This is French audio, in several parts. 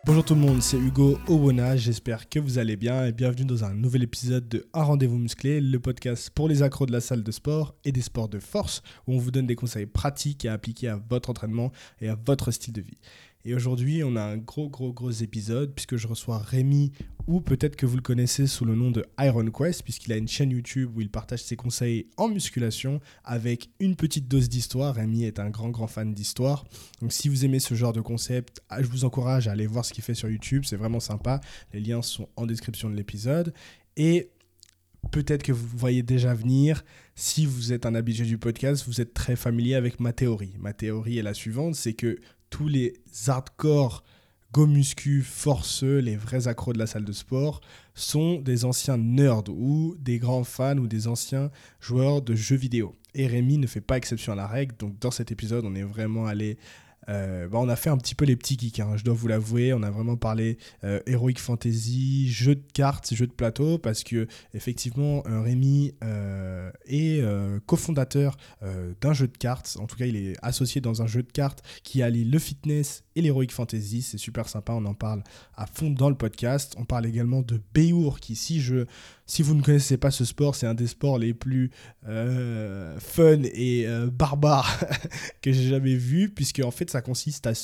Bonjour tout le monde, c'est Hugo Owona, j'espère que vous allez bien et bienvenue dans un nouvel épisode de Un rendez-vous musclé, le podcast pour les accros de la salle de sport et des sports de force où on vous donne des conseils pratiques à appliquer à votre entraînement et à votre style de vie. Et aujourd'hui, on a un gros épisode puisque je reçois Rémi, ou peut-être que vous le connaissez sous le nom de Iron Quest, puisqu'il a une chaîne YouTube où il partage ses conseils en musculation avec une petite dose d'histoire. Rémi est un grand fan d'histoire. Donc si vous aimez ce genre de concept, je vous encourage à aller voir ce qu'il fait sur YouTube, c'est vraiment sympa. Les liens sont en description de l'épisode. Et peut-être que vous voyez déjà venir, si vous êtes un habitué du podcast, vous êtes très familier avec ma théorie. Ma théorie est la suivante, c'est que tous les hardcore go muscu forceux, les vrais accros de la salle de sport, sont des anciens nerds ou des grands fans ou des anciens joueurs de jeux vidéo. Et Rémi ne fait pas exception à la règle, donc dans cet épisode, on est vraiment allé... on a fait un petit peu les petits geeks, je dois vous l'avouer. On a vraiment parlé Heroic Fantasy, jeux de cartes, jeux de plateau, parce que effectivement Rémi est cofondateur d'un jeu de cartes. En tout cas, il est associé dans un jeu de cartes qui allie le fitness et l'Heroic Fantasy. C'est super sympa, on en parle à fond dans le podcast. On parle également de Béour, qui si vous ne connaissez pas ce sport, c'est un des sports les plus fun et barbares que j'ai jamais vu, puisque en fait ça consiste à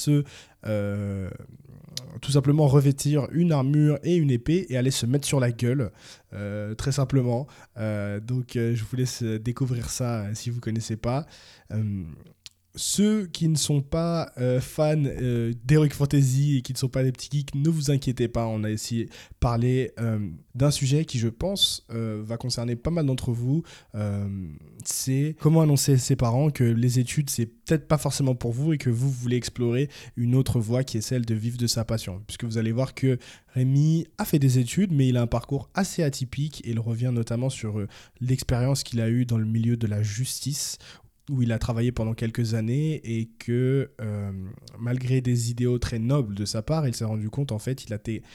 tout simplement revêtir une armure et une épée et aller se mettre sur la gueule, très simplement. Donc je vous laisse découvrir ça si vous ne connaissez pas. Ceux qui ne sont pas fans d'Heroic Fantasy et qui ne sont pas des petits geeks, ne vous inquiétez pas, on a essayé de parler d'un sujet qui, je pense, va concerner pas mal d'entre vous. C'est comment annoncer à ses parents que les études, c'est peut-être pas forcément pour vous et que vous voulez explorer une autre voie qui est celle de vivre de sa passion. Puisque vous allez voir que Rémi a fait des études, mais il a un parcours assez atypique et il revient notamment sur l'expérience qu'il a eue dans le milieu de la justice, où il a travaillé pendant quelques années et que malgré des idéaux très nobles de sa part, il s'est rendu compte, en fait, il a été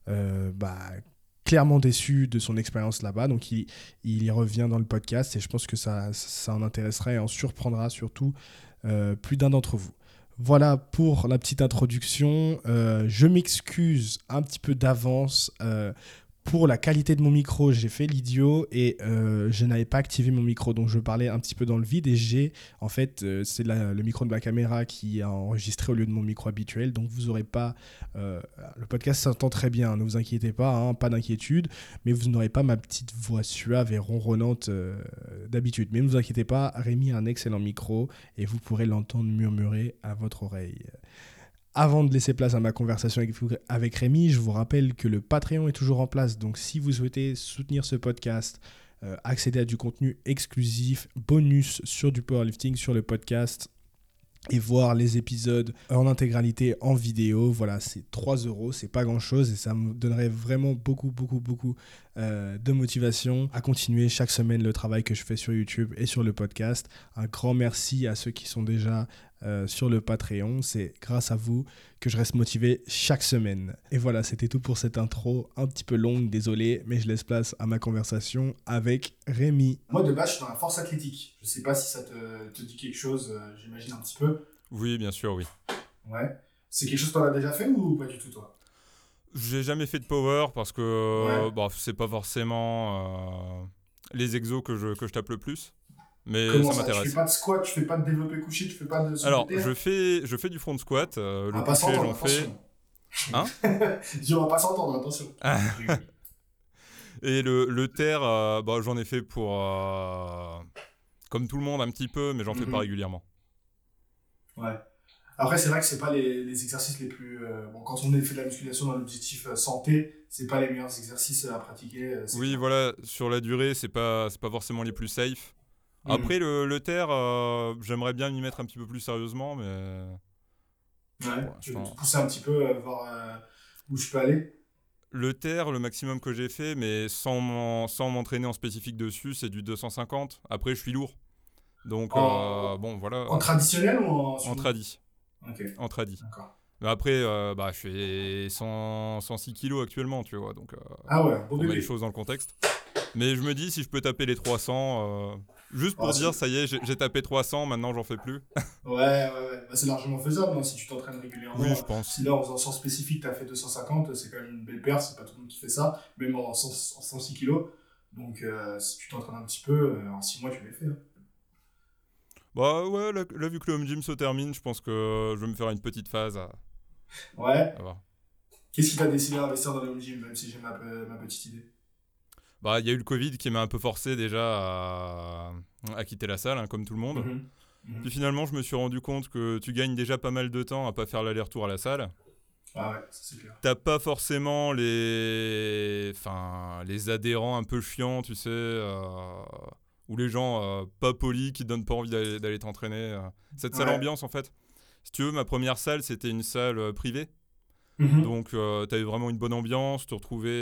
clairement déçu de son expérience là-bas. Donc il y revient dans le podcast et je pense que ça en intéressera et en surprendra surtout plus d'un d'entre vous. Voilà pour la petite introduction. Je m'excuse un petit peu d'avance pour la qualité de mon micro. J'ai fait l'idiot et je n'avais pas activé mon micro, donc je parlais un petit peu dans le vide et c'est le micro de ma caméra qui a enregistré au lieu de mon micro habituel, donc vous n'aurez pas... le podcast s'entend très bien, ne vous inquiétez pas, pas d'inquiétude, mais vous n'aurez pas ma petite voix suave et ronronnante d'habitude. Mais ne vous inquiétez pas, Rémi a un excellent micro et vous pourrez l'entendre murmurer à votre oreille. Avant de laisser place à ma conversation avec Rémi, je vous rappelle que le Patreon est toujours en place. Donc si vous souhaitez soutenir ce podcast, accéder à du contenu exclusif, bonus sur du powerlifting sur le podcast et voir les épisodes en intégralité en vidéo, voilà, c'est 3€, c'est pas grand chose et ça me donnerait vraiment beaucoup de motivation à continuer chaque semaine le travail que je fais sur YouTube et sur le podcast. Un grand merci à ceux qui sont déjà sur le Patreon, c'est grâce à vous que je reste motivé chaque semaine. Et voilà, c'était tout pour cette intro un petit peu longue, désolé, mais je laisse place à ma conversation avec Rémi. Moi de base je suis dans la force athlétique, je sais pas si ça te dit quelque chose, j'imagine un petit peu. Oui, bien sûr, oui. Ouais, c'est quelque chose que tu as déjà fait ou pas du tout toi? J'ai jamais fait de power parce que Ouais. c'est pas forcément les exos que je tape le plus, mais Comment ça ça? Tu fais m'intéresse. pas de squat, tu fais pas de développé couché, tu fais pas de soulevé de Alors, terre? je fais du front squat, le Pas couché s'entendre, j'en fais. attention. Hein? Je dis on va pas s'entendre, attention. Et le terre, j'en ai fait pour... comme tout le monde un petit peu, mais j'en fais pas régulièrement. Ouais. Après, c'est vrai que c'est pas les exercices les plus... quand on fait de la musculation dans l'objectif santé, c'est pas les meilleurs exercices à pratiquer. Oui, Clair. voilà, sur la durée, c'est pas forcément les plus safe. Après, le terre, j'aimerais bien m'y mettre un petit peu plus sérieusement, mais... Ouais, pour tu veux te l'instant... pousser un petit peu, voir où je peux aller. Le terre, le maximum que j'ai fait, mais sans m'entraîner en spécifique dessus, c'est du 250. Après, je suis lourd. Donc, En, voilà. en traditionnel ou en En sumo? tradi. Ok, En tradi. d'accord. Mais après, je fais 106 kilos actuellement, tu vois. Donc, Ah ouais, beau pour mettre les bébé. choses dans le contexte. Mais je me dis, si je peux taper les 300, Juste pour Alors, dire, ça y est, j'ai tapé 300, maintenant j'en fais plus. ouais. Bah, c'est largement faisable, hein, si tu t'entraînes Oui, régulièrement. je pense. Si là, en faisant un sport spécifique, tu as fait 250, c'est quand même une belle perte, c'est pas tout le monde qui fait ça, même en 106 kilos. Donc, si tu t'entraînes un petit peu, en 6 mois, tu l'as fait. Hein. Bah ouais, là, vu que le home gym se termine, je pense que je vais me faire une petite phase Ouais. à voir. Qu'est-ce qui t'a décidé d'investir dans le home gym, même si j'ai ma petite idée? Bah, il y a eu le Covid qui m'a un peu forcé déjà à quitter la salle, hein, comme tout le monde. Mhm. Puis Mhm. finalement, je me suis rendu compte que tu gagnes déjà pas mal de temps à pas faire l'aller-retour à la salle. Ah ouais, ça c'est clair. T'as pas forcément les adhérents un peu chiants, tu sais, ou les gens pas polis qui te donnent pas envie d'aller t'entraîner. Cette salle Ouais. ambiance, en fait. Si tu veux, ma première salle, c'était une salle privée. Mhm. Donc, t'avais vraiment une bonne ambiance. Tu retrouvais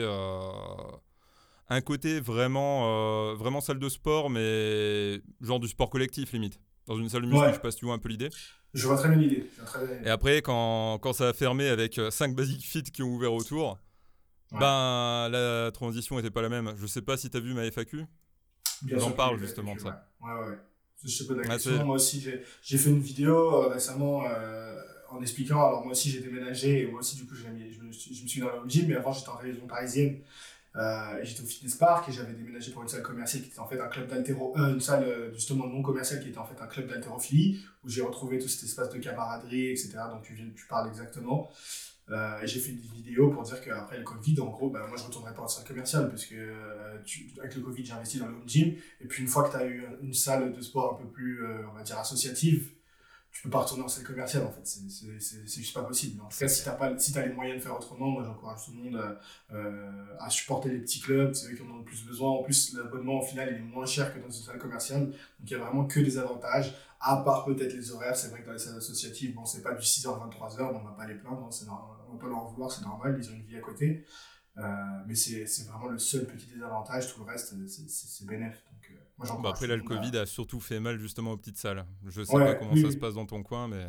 un côté vraiment salle de sport, mais genre du sport collectif, limite. Dans une salle de muscu, je sais Ouais, pas si tu vois un peu l'idée. je vois très bien l'idée. Je vois très bien Et l'idée. après, quand ça a fermé avec 5 Basic Fit qui ont ouvert autour, Ouais. ben la transition était pas la même. Je sais pas si t'as vu ma FAQ. Bien J'en sûr que j'ai parle vu la justement FAQ, de ouais. ça. Ouais. Je te pose la Ah, question. c'est... Moi aussi, j'ai fait une vidéo récemment en expliquant. Alors, moi aussi, j'ai déménagé et moi aussi, du coup, je me suis mis dans le home gym, mais avant, j'étais en région parisienne et j'étais au Fitness Park et j'avais déménagé pour une salle commerciale qui était en fait un club d'haltéro, une salle justement non commerciale qui était en fait un club d'haltérophilie où j'ai retrouvé tout cet espace de camaraderie, etc. Donc, tu parles exactement. Et j'ai fait des vidéos pour dire qu'après le Covid, en gros, bah, moi je ne retournerai pas en salle commerciale parce que avec le Covid, j'ai investi dans le home gym. Et puis une fois que tu as eu une salle de sport un peu plus, on va dire, associative, tu peux pas retourner en salle commerciale en fait. C'est juste pas possible. En tout cas, c'est clair. si t'as les moyens de faire autrement, moi j'encourage tout le monde à supporter les petits clubs. C'est eux qui en ont le plus besoin. En plus, l'abonnement au final il est moins cher que dans une salle commerciale. Donc il y a vraiment que des avantages. À part peut-être les horaires, c'est vrai que dans les salles associatives, bon, c'est pas du 6h à 23h, mais on va pas les plaindre, hein, on va pas leur en vouloir, c'est normal, ils ont une vie à côté. Mais c'est vraiment le seul petit désavantage, tout le reste, c'est bénéf. Donc, moi, Bah j'encourage après, tout là, le le monde Covid à. a surtout fait mal justement aux petites salles. Je sais pas Ouais, comment oui, ça se oui. passe dans ton coin, mais...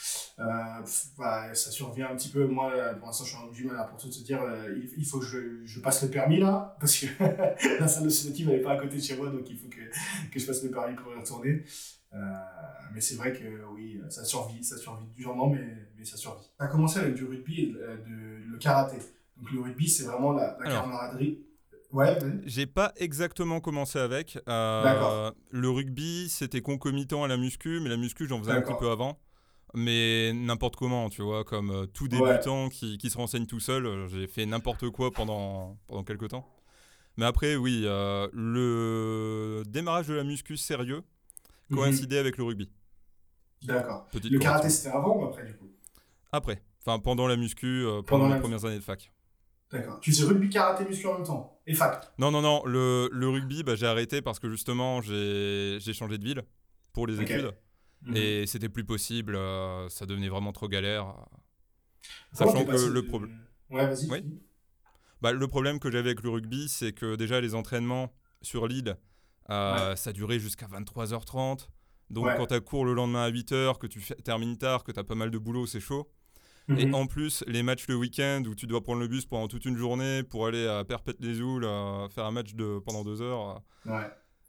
Bah, ça survient un petit peu. Moi, pour l'instant, je suis en du mal pour tout te dire. Il faut que je passe le permis là, parce que la salle associative elle n'est pas à côté de chez moi, donc il faut que je passe le permis pour y retourner. Euh, mais c'est vrai que oui, ça survit durement, mais ça survit. Ça a commencé avec du rugby et le karaté. Donc le rugby, c'est vraiment la Alors, camaraderie. Ouais, vas-y. j'ai pas exactement commencé avec. D'accord, Le rugby, c'était concomitant à la muscu, mais la muscu, j'en faisais un petit d'accord. peu avant. Mais n'importe comment, tu vois, comme tout Ouais. débutant qui se renseigne tout seul, j'ai fait n'importe quoi pendant quelques temps. Mais après, oui, le démarrage de la muscu sérieux Mhm. coïncidait avec le rugby. D'accord. Petite Le karaté, correction. c'était avant ou après, du coup? Après, enfin pendant la muscu, pendant Pendant mes la. premières années de fac. D'accord. Tu faisais rugby, karaté, muscu en même temps? Et fac? Non, le rugby, bah, j'ai arrêté parce que justement, j'ai changé de ville pour les Ok. études. Mhm. Et c'était plus possible, ça devenait vraiment trop galère. Comment t'es Sachant que passé le de. problème... Ouais, vas-y, Oui. finis. Bah, le problème que j'avais avec le rugby, c'est que déjà les entraînements sur l'île, Ouais, ça durait jusqu'à 23h30. Donc ouais. quand tu cours le lendemain à 8h, que termines tard, que tu as pas mal de boulot, c'est chaud. Et Mhm. en plus, les matchs le week-end où tu dois prendre le bus pendant toute une journée pour aller à Perpète-les-Oules, faire un match pendant 2 heures, Ouais,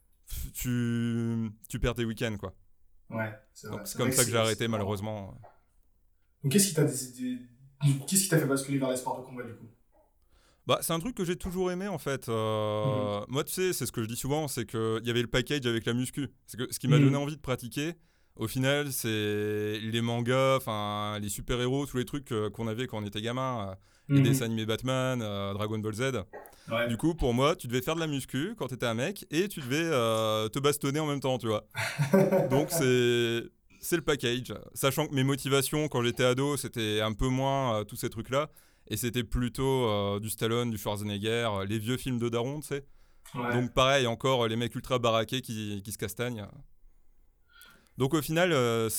tu perds tes week-ends, quoi. ouais, c'est Donc vrai. c'est C'est vrai comme que ça que j'ai c'est arrêté, vraiment. malheureusement. Donc, qu'est-ce qui t'a fait basculer vers les sports de combat, du coup? Bah, c'est un truc que j'ai toujours aimé en fait. Mhm. Moi, tu sais, c'est ce que je dis souvent, c'est qu'il y avait le package avec la muscu. C'est que ce qui m'a donné Mhm. envie de pratiquer, au final, c'est les mangas, enfin les super-héros, tous les trucs qu'on avait quand on était gamin, les dessins Mhm. animés Batman, Dragon Ball Z. Du Ouais. coup, pour moi, tu devais faire de la muscu quand t'étais un mec et tu devais te bastonner en même temps, tu vois. Donc c'est le package. Sachant que mes motivations quand j'étais ado, c'était un peu moins tous ces trucs-là. Et c'était plutôt du Stallone, du Schwarzenegger, les vieux films de Daron, tu sais. Ouais. Donc pareil, encore les mecs ultra baraqués qui se castagnent. Donc au final,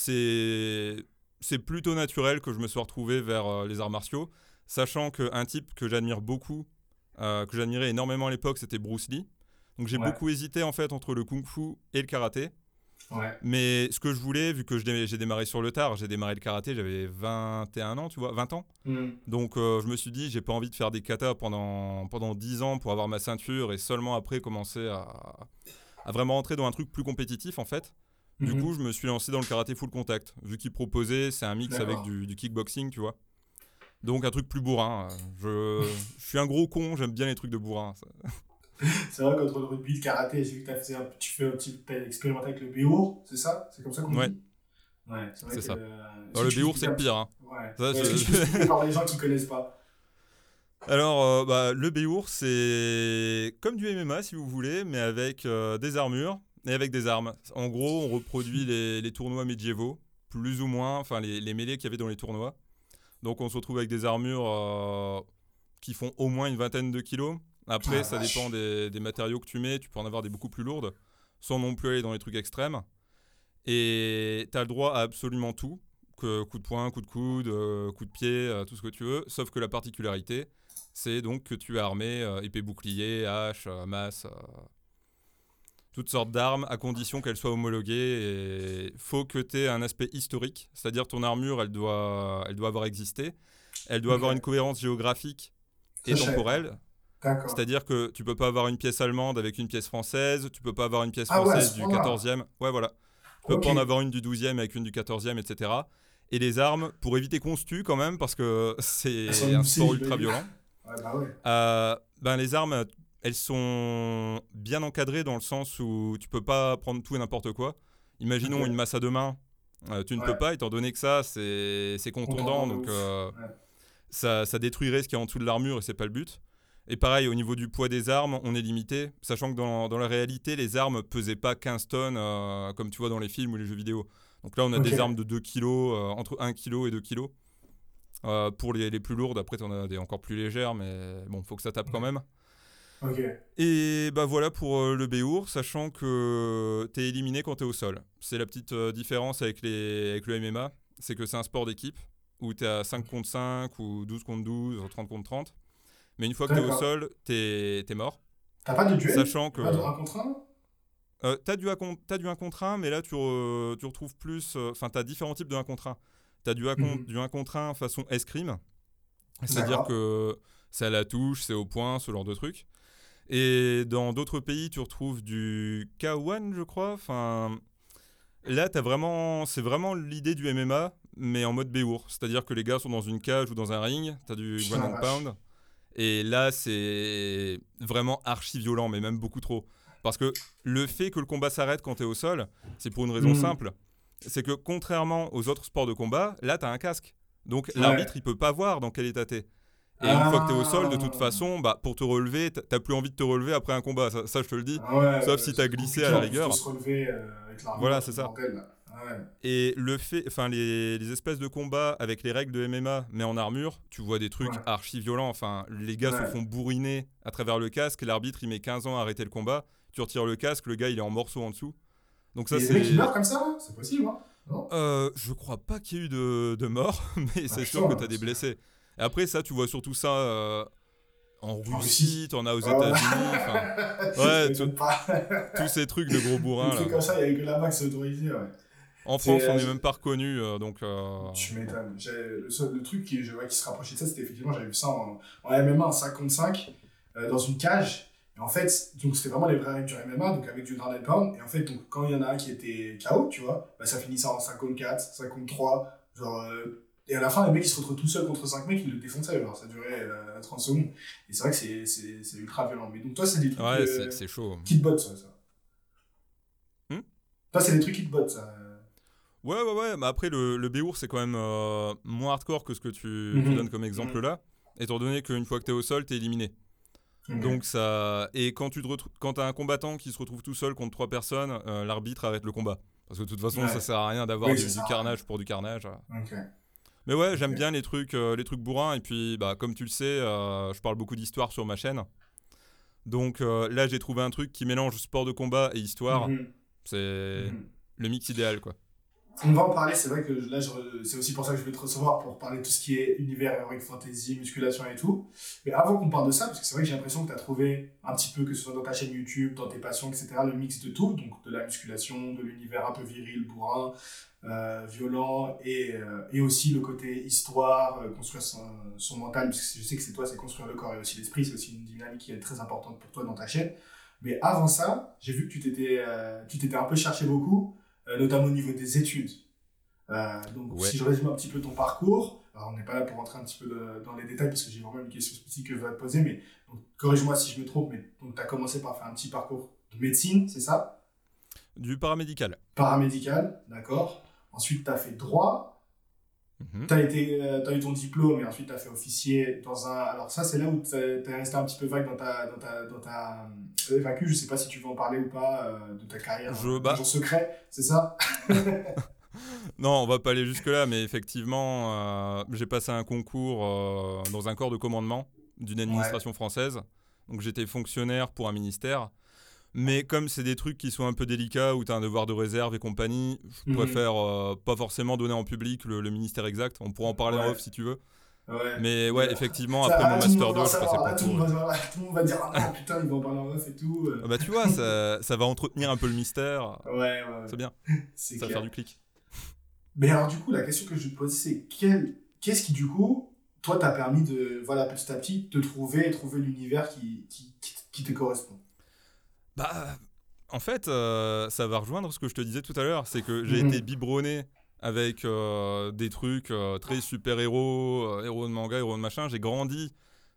c'est plutôt naturel que je me sois retrouvé vers les arts martiaux. Sachant qu'un type que j'admire beaucoup, que j'admirais énormément à l'époque, c'était Bruce Lee. Donc j'ai Ouais. beaucoup hésité en fait entre le kung-fu et le karaté. Ouais. Mais ce que je voulais, vu que j'ai démarré sur le tard, j'ai démarré le karaté, j'avais 21 ans, tu vois, 20 ans. Mhm. Donc je me suis dit, j'ai pas envie de faire des katas pendant 10 ans pour avoir ma ceinture et seulement après commencer à à vraiment rentrer dans un truc plus compétitif en fait. Du coup, je me suis lancé dans le karaté full contact. Vu qu'il proposait, c'est un mix avec du kickboxing, tu vois. Donc un truc plus bourrin. Je suis un gros con, j'aime bien les trucs de bourrin. Ça. C'est vrai qu'entre le rugby et le karaté, j'ai vu que t'as expérimenté avec le béour, c'est ça? C'est comme ça qu'on dit? Ouais, c'est vrai c'est que... ça. Alors le béour, c'est le pire. Hein. Ouais. Ça, Est-ce que tu peux expliquer par les gens qui connaissent pas? Alors, le béour, c'est comme du MMA, si vous voulez, mais avec des armures et avec des armes. En gros, on reproduit les tournois médiévaux, plus ou moins, enfin les mêlées qu'il y avait dans les tournois. Donc on se retrouve avec des armures qui font au moins une vingtaine de kilos. Après, ça dépend des matériaux que tu mets. Tu peux en avoir des beaucoup plus lourdes, sans non plus aller dans les trucs extrêmes. Et tu as le droit à absolument tout. Coup de poing, coup de coude, coup de pied, tout ce que tu veux. Sauf que la particularité, c'est donc que tu es armé épée bouclier, hache, masse, toutes sortes d'armes, à condition qu'elles soient homologuées. Il faut que tu aies un aspect historique. C'est-à-dire ton armure, elle doit avoir existé. Elle doit avoir une cohérence géographique et temporelle. D'accord. C'est-à-dire que tu peux pas avoir une pièce allemande avec une pièce française, tu peux pas avoir une pièce française du 14e. Ouais, voilà. Tu peux pas en avoir une du 12e avec une du 14e, etc. Et les armes, pour éviter qu'on se tue quand même, parce que c'est un sport ultra violent, les armes, elles sont bien encadrées dans le sens où tu peux pas prendre tout et n'importe quoi. Imaginons une masse à deux mains, tu ne peux pas, étant donné que ça, c'est contondant, donc ça détruirait ce qui est en dessous de l'armure et c'est pas le but. Et pareil, au niveau du poids des armes, on est limité, sachant que dans la réalité, les armes pesaient pas 15 tonnes, comme tu vois dans les films ou les jeux vidéo. Donc là, on a des armes de 2 kg, entre 1 kg et 2 kg. Pour les plus lourdes, après, tu en as des encore plus légères, mais bon, faut que ça tape quand même. Et bah voilà pour le béour, sachant que tu es éliminé quand tu es au sol. C'est la petite différence avec le MMA, c'est que c'est un sport d'équipe, où tu es à 5 contre 5, ou 12 contre 12, 30 contre 30. Mais une fois que t'es au sol, t'es mort. T'as pas de duel? Sachant que... Pas de 1 contre 1? T'as du 1 contre 1, mais là tu retrouves plus... Enfin, t'as différents types de 1 contre 1. T'as du 1 contre 1 façon escrime. C'est-à-dire que c'est à la touche, c'est au point, ce genre de truc. Et dans d'autres pays, tu retrouves du K1, je crois. Enfin, là, c'est vraiment l'idée du MMA, mais en mode béour. C'est-à-dire que les gars sont dans une cage ou dans un ring. T'as du ground and pound. Et là, c'est vraiment archi violent, mais même beaucoup trop. Parce que le fait que le combat s'arrête quand t'es au sol, c'est pour une raison simple. C'est que contrairement aux autres sports de combat, là, t'as un casque. Donc l'arbitre, il peut pas voir dans quel état t'es. Et une fois que t'es au sol, de toute façon, pour te relever, t'as plus envie de te relever après un combat. Ça je te le dis. Sauf si t'as glissé à la rigueur. Se relever avec l'arbitre, voilà, c'est ça. Et le fait, enfin les espèces de combats avec les règles de MMA mais en armure, tu vois des trucs archi violents. Enfin, les gars se font bourriner à travers le casque. L'arbitre il met 15 ans à arrêter le combat. Tu retires le casque, le gars il est en morceaux en dessous. Donc ça, c'est. Les mecs qui meurent comme ça, c'est possible, hein? Non je crois pas qu'il y ait eu de morts, mais c'est sûr que t'as des blessés. Et après ça, tu vois surtout ça. En Russie, t'en as aux États-Unis. Tous ces trucs de gros bourrins. Des trucs comme ça, il y a que là-bas que c'est autorisé, En France, on n'est même pas reconnu, donc... Tu m'étonnes. Le truc qui se rapprochait de ça, c'était effectivement, j'avais vu ça en MMA, en 5 contre 5, dans une cage. Et en fait, donc c'était vraiment les vraies règles du MMA, donc avec du ground and pound. Et en fait, donc, quand il y en a un qui était KO, tu vois, ça finissait en 5 contre 4, 5 contre 3, genre... Et à la fin, les mecs, ils se retrouvent tout seuls contre 5 mecs, ils le défonçaient, genre, ça durait 30 secondes. Et c'est vrai que c'est ultra violent. Mais donc toi, c'est des trucs c'est chaud. Qui te bottent, ça. Toi, c'est des trucs qui te bottent, ça. Ouais. Mais après, le béour, c'est quand même moins hardcore que ce que tu donnes comme exemple là, étant donné qu'une fois que t'es au sol, t'es éliminé. Donc ça... Et quand t'as un combattant qui se retrouve tout seul contre 3 personnes, l'arbitre arrête le combat. Parce que de toute façon, ça sert à rien d'avoir du carnage pour du carnage. Mais ouais, j'aime bien les trucs bourrins. Et puis, comme tu le sais, je parle beaucoup d'histoire sur ma chaîne. Donc là, j'ai trouvé un truc qui mélange sport de combat et histoire. C'est le mix idéal, quoi. On va en parler, c'est vrai que là, c'est aussi pour ça que je vais te recevoir, pour parler de tout ce qui est univers heroic fantasy, musculation et tout. Mais avant qu'on parle de ça, parce que c'est vrai que j'ai l'impression que tu as trouvé un petit peu, que ce soit dans ta chaîne YouTube, dans tes passions, etc., le mix de tout, donc de la musculation, de l'univers un peu viril, bourrin, violent, et aussi le côté histoire, construire son mental, parce que je sais que c'est toi, c'est construire le corps et aussi l'esprit, c'est aussi une dynamique qui est très importante pour toi dans ta chaîne. Mais avant ça, j'ai vu que tu t'étais un peu cherché beaucoup, notamment au niveau des études. Donc, Ouais. si je résume un petit peu ton parcours, alors on n'est pas là pour rentrer un petit peu dans les détails parce que j'ai vraiment une question spécifique que je vais te poser, mais donc, corrige-moi si je me trompe, mais tu as commencé par faire un petit parcours de médecine, c'est ça? Du paramédical. Paramédical, d'accord. Ensuite, tu as fait droit, Mhm. t'as eu ton diplôme et ensuite tu as fait officier dans un. Alors, ça, c'est là où tu es resté un petit peu vague dans ta FAQ. Je sais pas si tu veux en parler ou pas de ta carrière Bah, d'agent secret, c'est ça? non, on va pas aller jusque-là, mais effectivement, j'ai passé un concours dans un corps de commandement d'une Ouais. administration française. Donc j'étais fonctionnaire pour un ministère. Mais comme c'est des trucs qui sont un peu délicats, où tu as un devoir de réserve et compagnie, je Mhm. préfère pas forcément donner en public le ministère exact. On pourra en parler en Ouais. off si tu veux. Ouais. Mais Mais ouais, effectivement, ça, après mon tout le monde Master va 2, j'ai passé le savoir. Là, concours et tout. tout le monde va dire ah non, putain, ils vont en parler en off et tout. Ah bah tu vois, ça va entretenir un peu le mystère. Ouais, ouais, ouais. C'est bien, C'est ça va faire clair. du clic. Mais alors, du coup, la question que je te pose, c'est qu'est-ce qui, du coup, toi, t'a permis de, voilà, petit à petit, te trouver l'univers qui te correspond. Bah, en fait, ça va rejoindre ce que je te disais tout à l'heure. C'est que j'ai été Mhm. biberonné avec des trucs très super-héros, héros de manga, héros de machin. J'ai grandi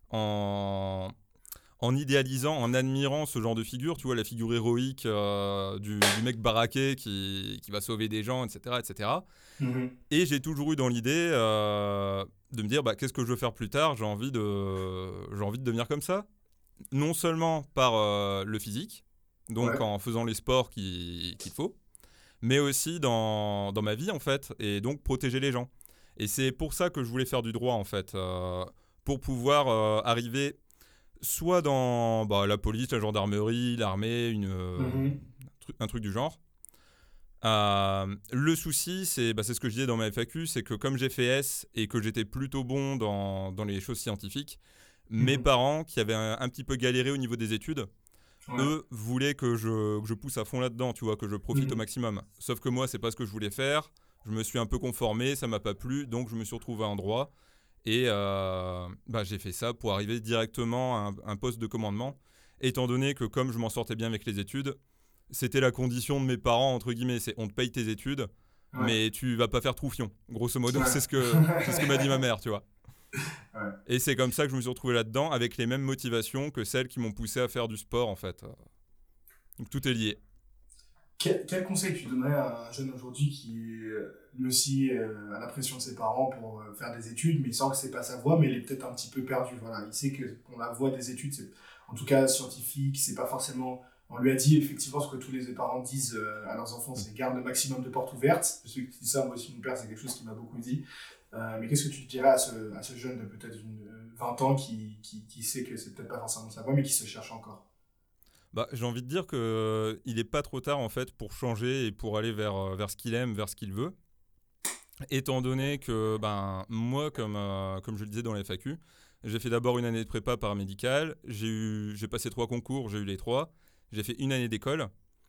en, en idéalisant, en admirant ce genre de figure. Tu vois, la figure héroïque du mec baraqué qui va sauver des gens, etc. etc. Mhm. Et j'ai toujours eu dans l'idée de me dire, bah, qu'est-ce que je veux faire plus tard. J'ai envie de devenir comme ça. Non seulement par le physique, donc Ouais. en faisant les sports qu'il faut, mais aussi dans ma vie en fait, et donc protéger les gens. Et c'est pour ça que je voulais faire du droit en fait, pour pouvoir arriver soit dans la police, la gendarmerie, l'armée, Mhm. un truc du genre. Le souci, c'est ce que je disais dans ma FAQ, c'est que comme j'ai fait S et que j'étais plutôt bon dans les choses scientifiques, mes Mhm. parents, qui avaient un petit peu galéré au niveau des études, Ouais. eux voulaient que je pousse à fond là-dedans, tu vois, que je profite au Mhm. maximum. Sauf que moi, c'est pas ce que je voulais faire. Je me suis un peu conformé, ça m'a pas plu, donc je me suis retrouvé en droit. Et j'ai fait ça pour arriver directement à un poste de commandement, étant donné que comme je m'en sortais bien avec les études, c'était la condition de mes parents, entre guillemets, c'est on te paye tes études, Ouais. mais tu vas pas faire troufion. Grosso modo, Ouais. c'est ce que m'a dit ma mère, tu vois. Ouais. Et c'est comme ça que je me suis retrouvé là-dedans, avec les mêmes motivations que celles qui m'ont poussé à faire du sport, en fait. Donc tout est lié. Quel conseil tu donnerais à un jeune aujourd'hui qui lui aussi a la pression de ses parents pour faire des études, mais il sent que c'est pas sa voie, mais il est peut-être un petit peu perdu. Voilà, il sait que pour la voie des études, c'est, en tout cas scientifique, c'est pas forcément. On lui a dit effectivement ce que tous les parents disent à leurs enfants, c'est garde le maximum de portes ouvertes. Je sais que tu dis ça, moi aussi mon père, c'est quelque chose qui m'a beaucoup dit. Mais qu'est-ce que tu dirais à ce jeune de peut-être 20 ans qui sait que c'est peut-être pas forcément sa voie, mais qui se cherche encore? J'ai envie de dire que il est pas trop tard en fait pour changer et pour aller vers ce qu'il aime, vers ce qu'il veut. Étant donné que moi, comme je le disais dans les FAQ, j'ai fait d'abord une année de prépa paramédicale, j'ai passé 3 concours, j'ai eu les 3, j'ai fait une année d'école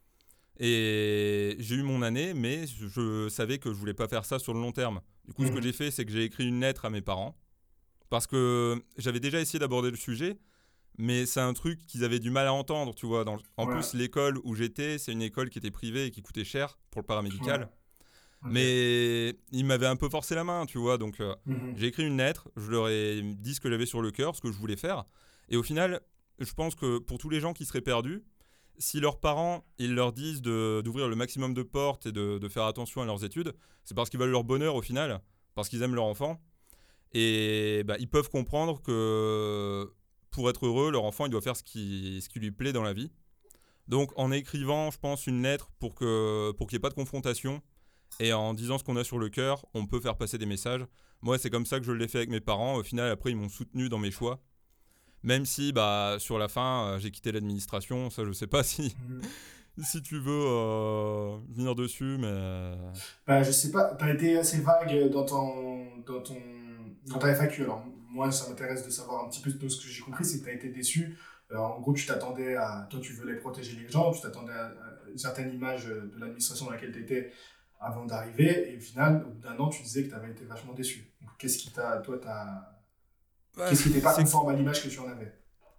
et j'ai eu mon année, mais je savais que je voulais pas faire ça sur le long terme. Du coup, ce que j'ai Mhm. fait, c'est que j'ai écrit une lettre à mes parents parce que j'avais déjà essayé d'aborder le sujet, mais c'est un truc qu'ils avaient du mal à entendre, tu vois. En Ouais, plus, l'école où j'étais, c'est une école qui était privée et qui coûtait cher pour le ouais, paramédical. ok. Mais ils m'avaient un peu forcé la main, tu vois. Donc, Mhm. j'ai écrit une lettre, je leur ai dit ce que j'avais sur le cœur, ce que je voulais faire. Et au final, je pense que pour tous les gens qui seraient perdus, si leurs parents, ils leur disent d'ouvrir le maximum de portes et de faire attention à leurs études, c'est parce qu'ils veulent leur bonheur au final, parce qu'ils aiment leur enfant. Et ils peuvent comprendre que pour être heureux, leur enfant, il doit faire ce qui lui plaît dans la vie. Donc en écrivant, je pense, une lettre pour qu'il n'y ait pas de confrontation et en disant ce qu'on a sur le cœur, on peut faire passer des messages. Moi, c'est comme ça que je l'ai fait avec mes parents. Au final, après, ils m'ont soutenu dans mes choix. Même si, sur la fin, j'ai quitté l'administration. Ça, je sais pas Mhm. si tu veux venir dessus, mais... Bah, je sais pas, t'as été assez vague dans ta FAQ. Alors, moi, ça m'intéresse de savoir un petit peu de ce que j'ai compris, c'est que t'as été déçu. En gros, tu t'attendais à. Toi, tu voulais protéger les gens, tu t'attendais à une certaine image de l'administration dans laquelle tu étais avant d'arriver, et au final, au bout d'un an, tu disais que tu avais été vachement déçu. Donc, qu'est-ce qui t'a. Toi, Ouais, qu'est-ce qui n'était pas c'est que conforme à l'image que tu en avais?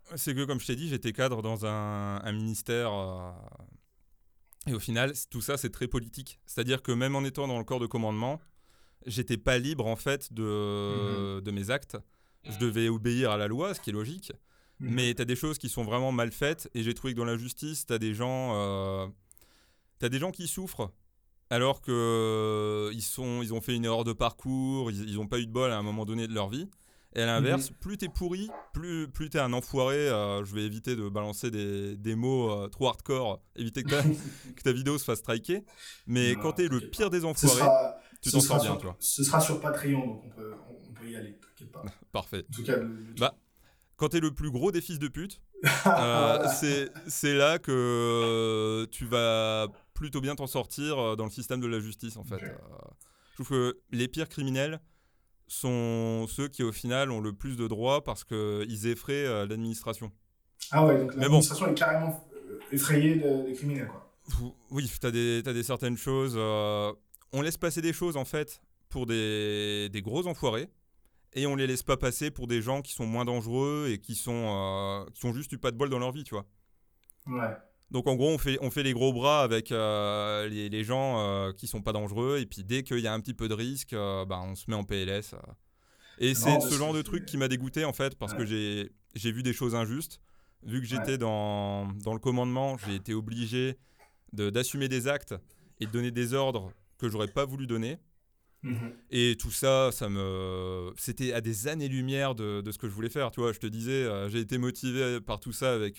C'est que, comme je t'ai dit, j'étais cadre dans un ministère. Et au final, tout ça, c'est très politique. C'est-à-dire que même en étant dans le corps de commandement, j'étais pas libre, en fait, de mes actes. Je devais obéir à la loi, ce qui est logique. Mais t'as des choses qui sont vraiment mal faites. Et j'ai trouvé que dans la justice, t'as des gens qui souffrent. Alors qu'ils ont fait une erreur de parcours, ils n'ont pas eu de bol à un moment donné de leur vie. Et à l'inverse, plus t'es pourri, plus t'es un enfoiré. Je vais éviter de balancer des mots trop hardcore, éviter que ta vidéo se fasse striker. Mais quand t'es le pire des enfoirés, tu t'en sors bien, tu vois. Ce sera sur Patreon, donc on peut y aller, t'inquiète pas. Parfait. En tout cas, quand t'es le plus gros des fils de pute, c'est là que tu vas plutôt bien t'en sortir dans le système de la justice, en fait. Okay. Je trouve que les pires criminels sont ceux qui, au final, ont le plus de droits parce qu'ils effraient l'administration. Ah ouais, donc l'administration est carrément effrayée des criminels, quoi. Oui, t'as des certaines choses... on laisse passer des choses, en fait, pour des gros enfoirés, et on les laisse pas passer pour des gens qui sont moins dangereux et qui ont juste eu pas de bol dans leur vie, tu vois. Ouais. Donc en gros, on fait les gros bras avec les gens qui sont pas dangereux, et puis dès qu'il y a un petit peu de risque, on se met en PLS. Et c'est ce genre de truc qui m'a dégoûté, en fait, parce que j'ai vu des choses injustes. Vu que j'étais dans le commandement, j'ai été obligé d'assumer des actes et de donner des ordres que j'aurais pas voulu donner. Et tout ça, c'était à des années-lumière de ce que je voulais faire. Tu vois, je te disais, j'ai été motivé par tout ça avec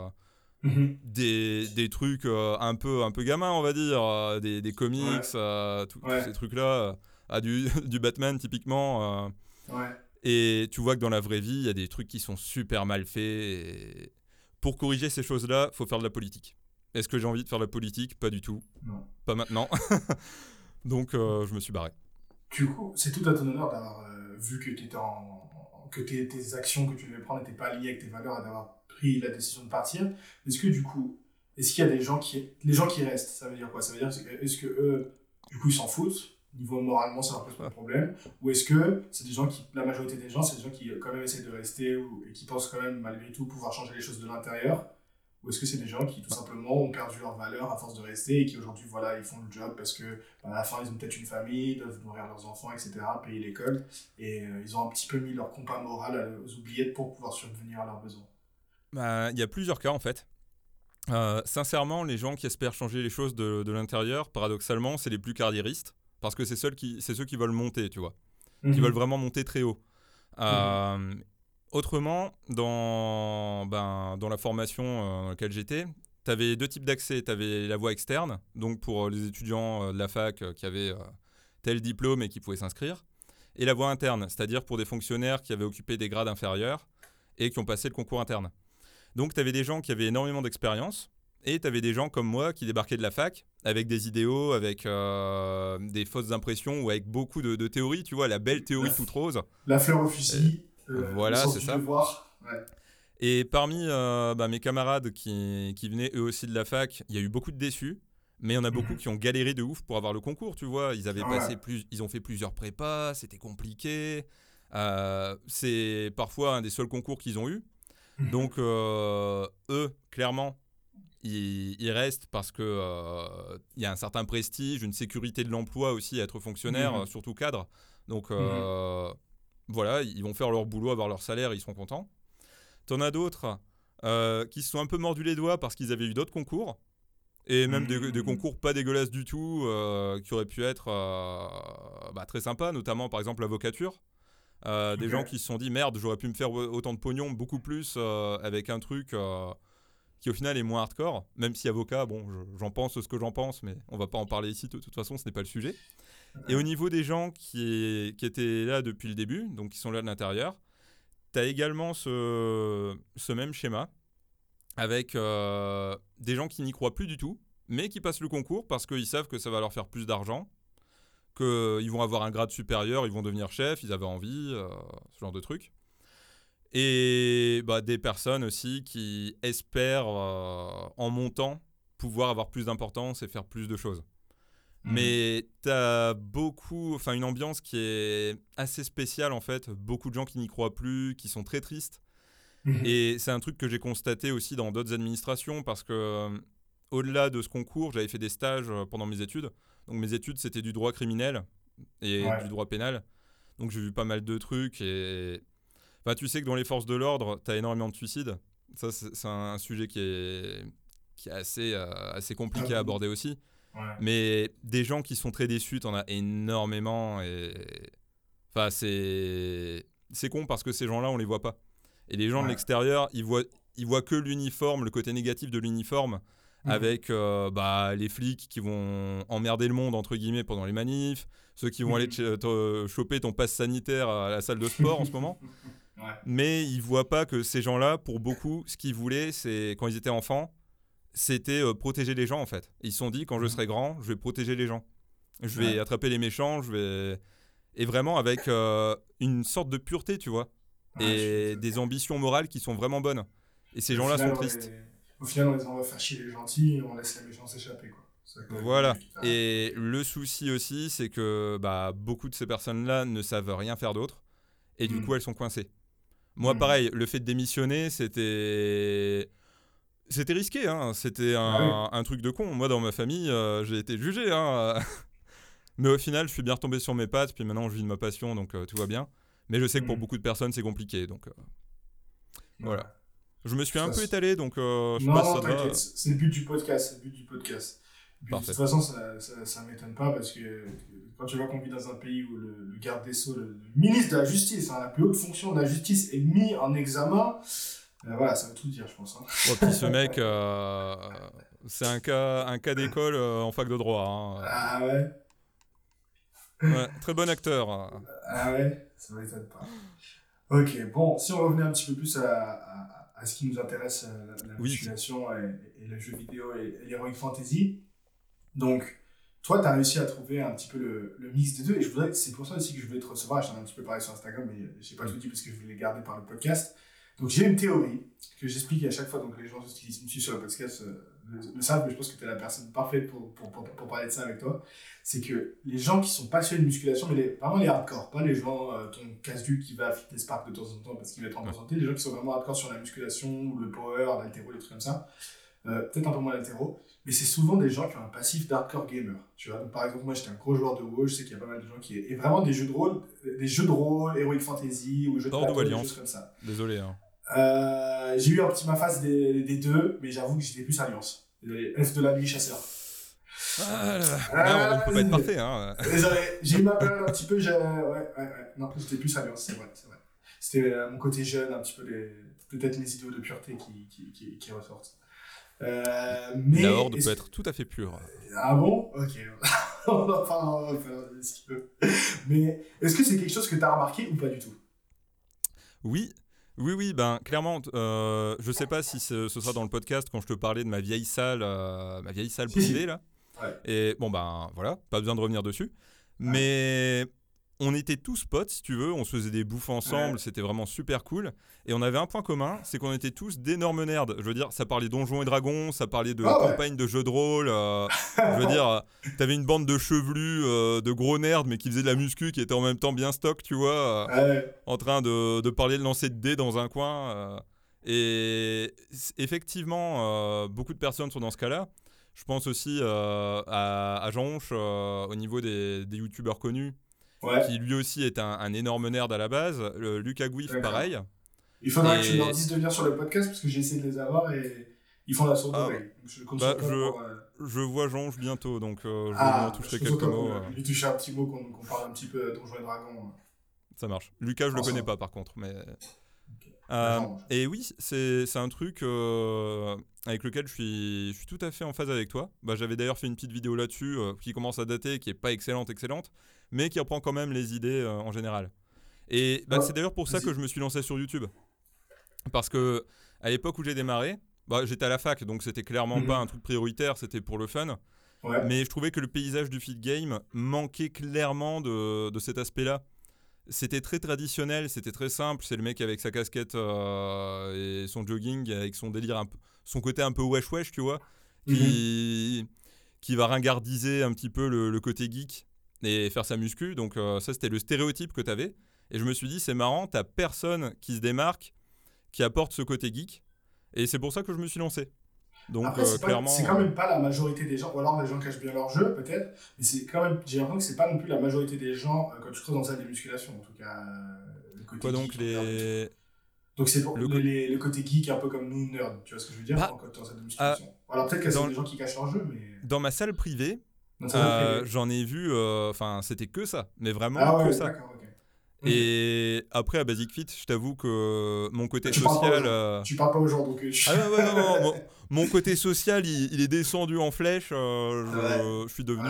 des trucs un peu gamins, on va dire, des comics, tous ces trucs-là, du Batman typiquement. Et tu vois que dans la vraie vie, il y a des trucs qui sont super mal faits. Et pour corriger ces choses-là, il faut faire de la politique. Est-ce que j'ai envie de faire de la politique ? Pas du tout. Non. Pas maintenant. Donc, je me suis barré. Du coup, c'est tout à ton honneur d'avoir vu que tes actions que tu devais prendre n'étaient pas liées avec tes valeurs et d'avoir pris la décision de partir. Est-ce qu'il y a des gens qui restent ? Ça veut dire quoi ? Ça veut dire, est-ce que eux, du coup, ils s'en foutent ? Niveau moralement, ça leur pose pas de problème. Ou est-ce que c'est des gens la majorité des gens, c'est des gens qui quand même essaient de rester et qui pensent quand même, malgré tout, pouvoir changer les choses de l'intérieur ? Ou est-ce que c'est des gens qui, tout simplement, ont perdu leur valeur à force de rester et qui, aujourd'hui, voilà, ils font le job parce que, à la fin, ils ont peut-être une famille, doivent nourrir leurs enfants, etc., payer l'école, et ils ont un petit peu mis leur compas moral aux oubliettes pour pouvoir subvenir à leurs besoins. Il y a plusieurs cas, en fait. Sincèrement, les gens qui espèrent changer les choses de l'intérieur, paradoxalement, c'est les plus carriéristes, parce que c'est ceux qui veulent monter, tu vois, qui veulent vraiment monter très haut. Autrement, dans la formation dans laquelle j'étais, tu avais deux types d'accès. Tu avais la voie externe, donc pour les étudiants de la fac qui avaient tel diplôme et qui pouvaient s'inscrire, et la voie interne, c'est-à-dire pour des fonctionnaires qui avaient occupé des grades inférieurs et qui ont passé le concours interne. Donc tu avais des gens qui avaient énormément d'expérience, et tu avais des gens comme moi qui débarquaient de la fac avec des idéaux, avec des fausses impressions ou avec beaucoup de théories, tu vois, la belle théorie toute rose. La fleur au fusil. Voilà, c'est ça. Ouais. Et parmi mes camarades qui venaient eux aussi de la fac, il y a eu beaucoup de déçus, mais il y en a beaucoup qui ont galéré de ouf pour avoir le concours, tu vois. Ils avaient ils ont fait plusieurs prépas, c'était compliqué. C'est parfois un des seuls concours qu'ils ont eu. Donc eux, clairement, ils restent parce que y a un certain prestige, une sécurité de l'emploi aussi à être fonctionnaire, surtout cadre. Donc voilà, ils vont faire leur boulot, avoir leur salaire, ils seront contents. T'en as d'autres qui se sont un peu mordus les doigts parce qu'ils avaient eu d'autres concours, et même des concours pas dégueulasses du tout, qui auraient pu être très sympas, notamment par exemple l'avocature. Des gens qui se sont dit merde, j'aurais pu me faire autant de pognon, beaucoup plus, avec un truc qui au final est moins hardcore, même si avocat, bon, j'en pense ce que j'en pense, mais on va pas en parler ici, de toute façon ce n'est pas le sujet. Et au niveau des gens qui étaient là depuis le début, donc qui sont là de l'intérieur, tu as également ce même schéma avec des gens qui n'y croient plus du tout, mais qui passent le concours parce qu'ils savent que ça va leur faire plus d'argent, qu'ils vont avoir un grade supérieur, ils vont devenir chefs, ils avaient envie, ce genre de trucs. Et des personnes aussi qui espèrent, en montant, pouvoir avoir plus d'importance et faire plus de choses. Mais t'as une ambiance qui est assez spéciale en fait, beaucoup de gens qui n'y croient plus, qui sont très tristes. Et c'est un truc que j'ai constaté aussi dans d'autres administrations parce que au-delà de ce concours, j'avais fait des stages pendant mes études. Donc mes études, c'était du droit criminel et du droit pénal. Donc j'ai vu pas mal de trucs et enfin, tu sais que dans les forces de l'ordre, tu as énormément de suicides. Ça, c'est un sujet qui est assez compliqué à aborder aussi. Ouais. Mais des gens qui sont très déçus, t'en as énormément. Et enfin, c'est con parce que ces gens-là, on les voit pas. Et les gens de l'extérieur, ils voient que l'uniforme, le côté négatif de l'uniforme, avec les flics qui vont emmerder le monde, entre guillemets, pendant les manifs, ceux qui vont aller te choper ton passe sanitaire à la salle de sport en ce moment. Ouais. Mais ils voient pas que ces gens-là, pour beaucoup, ce qu'ils voulaient, c'est quand ils étaient enfants, c'était protéger les gens en fait. Ils se sont dit, quand je serai grand, je vais protéger les gens. Je vais attraper les méchants, et vraiment avec une sorte de pureté, tu vois. Et des ambitions morales qui sont vraiment bonnes. Et ces gens-là sont tristes. Au final, on les envoie faire chier les gentils et on laisse les méchants s'échapper, quoi. Voilà. Et le souci aussi, c'est que beaucoup de ces personnes-là ne savent rien faire d'autre. Et du coup, elles sont coincées. Moi, pareil, le fait de démissionner, c'était risqué, hein. C'était un truc de con. Moi, dans ma famille, j'ai été jugé, hein. Mais au final, je suis bien retombé sur mes pattes. Puis maintenant, je vis de ma passion, donc tout va bien. Mais je sais que pour beaucoup de personnes, c'est compliqué. Donc voilà. Je me suis un peu étalé, donc je sais pas si ça te va. C'est le but du podcast. Et puis, de toute façon, ça m'étonne pas parce que quand tu vois qu'on vit dans un pays où le garde des Sceaux, le ministre de la Justice, la plus haute fonction de la justice, est mis en examen, voilà, ça veut tout dire, je pense. Hein. Puis ce mec, c'est un cas d'école en fac de droit. Hein. Ah ouais. Ouais, très bon acteur. Ah ouais, ça m'étonne pas. Ok, bon, si on revenait un petit peu plus à ce qui nous intéresse, la musculation et le jeu vidéo et l'heroic fantasy. Donc, toi, tu as réussi à trouver un petit peu le mix des deux. Et c'est pour ça aussi que je voulais te recevoir. Je t'en ai un petit peu parlé sur Instagram, mais je n'ai pas tout dit parce que je voulais le garder par le podcast. Donc, j'ai une théorie que j'explique à chaque fois. Donc, les gens qui me suivent sur le podcast le savent, mais je pense que tu es la personne parfaite pour parler de ça avec toi. C'est que les gens qui sont passionnés de musculation, mais vraiment les hardcore, pas les gens, ton casse-du qui va à Fitness Park de temps en temps parce qu'il va être en bonne santé, les gens qui sont vraiment hardcore sur la musculation, ou le power, l'haltéro, les trucs comme ça, peut-être un peu moins l'haltéro, mais c'est souvent des gens qui ont un passif d'hardcore gamer. Tu vois, donc, par exemple, moi j'étais un gros joueur de WoW, je sais qu'il y a pas mal de gens qui. Et vraiment des jeux de rôle, Heroic Fantasy, ou jeux de plateau, des choses comme ça. Désolé. Hein. J'ai eu un petit ma phase des deux, mais j'avoue que j'étais plus Alliance. Elfe de la nuit, chasseur. On peut pas être parfait. Hein. Désolé, j'ai eu ma période un petit peu. Non, j'étais plus Alliance, c'est vrai. C'était mon côté jeune, un petit peu peut-être les idéaux de pureté qui ressortent. Mais la horde peut être tout à fait pure. Ah bon? Ok. On va pas ce qu'il veut. Mais est-ce que c'est quelque chose que tu as remarqué ou pas du tout? Oui, clairement, je sais pas si ce sera dans le podcast quand je te parlais de ma vieille salle privée là. Ouais. Et voilà, pas besoin de revenir dessus. Ouais. Mais on était tous potes, si tu veux, on se faisait des bouffes ensemble, c'était vraiment super cool. Et on avait un point commun, c'est qu'on était tous d'énormes nerds. Je veux dire, ça parlait Donjons et Dragons, ça parlait de campagnes de jeux de rôle. Je veux dire, t'avais une bande de chevelus, de gros nerds, mais qui faisaient de la muscu, qui étaient en même temps bien stock, tu vois, en train de parler de lancer de dés dans un coin. Et effectivement, beaucoup de personnes sont dans ce cas-là. Je pense aussi à Jean Honche, au niveau des youtubeurs connus. Qui lui aussi est un énorme nerd à la base. Lucas Gouif, pareil. Il faudra que tu leur dises de venir sur le podcast parce que j'ai essayé de les avoir et ils font la sourde oreille. Je vois Jean-Onge bientôt, donc je lui en toucherai quelques mots. Lui toucher un petit mot qu'on parle un petit peu Donjons et Dragons. Ça marche. Lucas, je le connais pas par contre, mais. Et oui, c'est un truc avec lequel je suis tout à fait en phase avec toi. J'avais d'ailleurs fait une petite vidéo là-dessus qui commence à dater, qui est pas excellente, mais qui reprend quand même les idées en général. Et c'est d'ailleurs pour ça que je me suis lancé sur YouTube. Parce que à l'époque où j'ai démarré, j'étais à la fac, donc c'était clairement pas un truc prioritaire, c'était pour le fun. Ouais. Mais je trouvais que le paysage du feed game manquait clairement de cet aspect-là. C'était très traditionnel, c'était très simple. C'est le mec avec sa casquette et son jogging, avec son délire, son côté un peu wesh-wesh, tu vois, qui va ringardiser un petit peu le côté geek et faire sa muscu. Donc ça, c'était le stéréotype que t'avais. Et je me suis dit, c'est marrant, t'as personne qui se démarque, qui apporte ce côté geek. Et c'est pour ça que je me suis lancé. Donc Après, clairement. C'est quand même pas la majorité des gens, ou alors les gens cachent bien leur jeu, peut-être, mais c'est quand même, j'ai l'impression que c'est pas non plus la majorité des gens quand tu creuses dans la salle de musculation, en tout cas, le côté Quoi donc geek, les. donc c'est pour Le le côté geek, un peu comme nous, nerd, tu vois ce que je veux dire, Bah, quand tu es en salle de musculation. Alors peut-être que c'est dans, des gens qui cachent leur jeu, mais. dans ma salle privée, Dans sa salle privée. j'en ai vu, enfin c'était que ça, mais vraiment Ah ouais, que ça. d'accord, ok. Et après à Basic Fit, je t'avoue que mon côté Tu parles pas aux social. gens, tu parles pas aux gens, donc. Ah ouais, non, mon côté social, il est descendu en flèche. Je suis devenu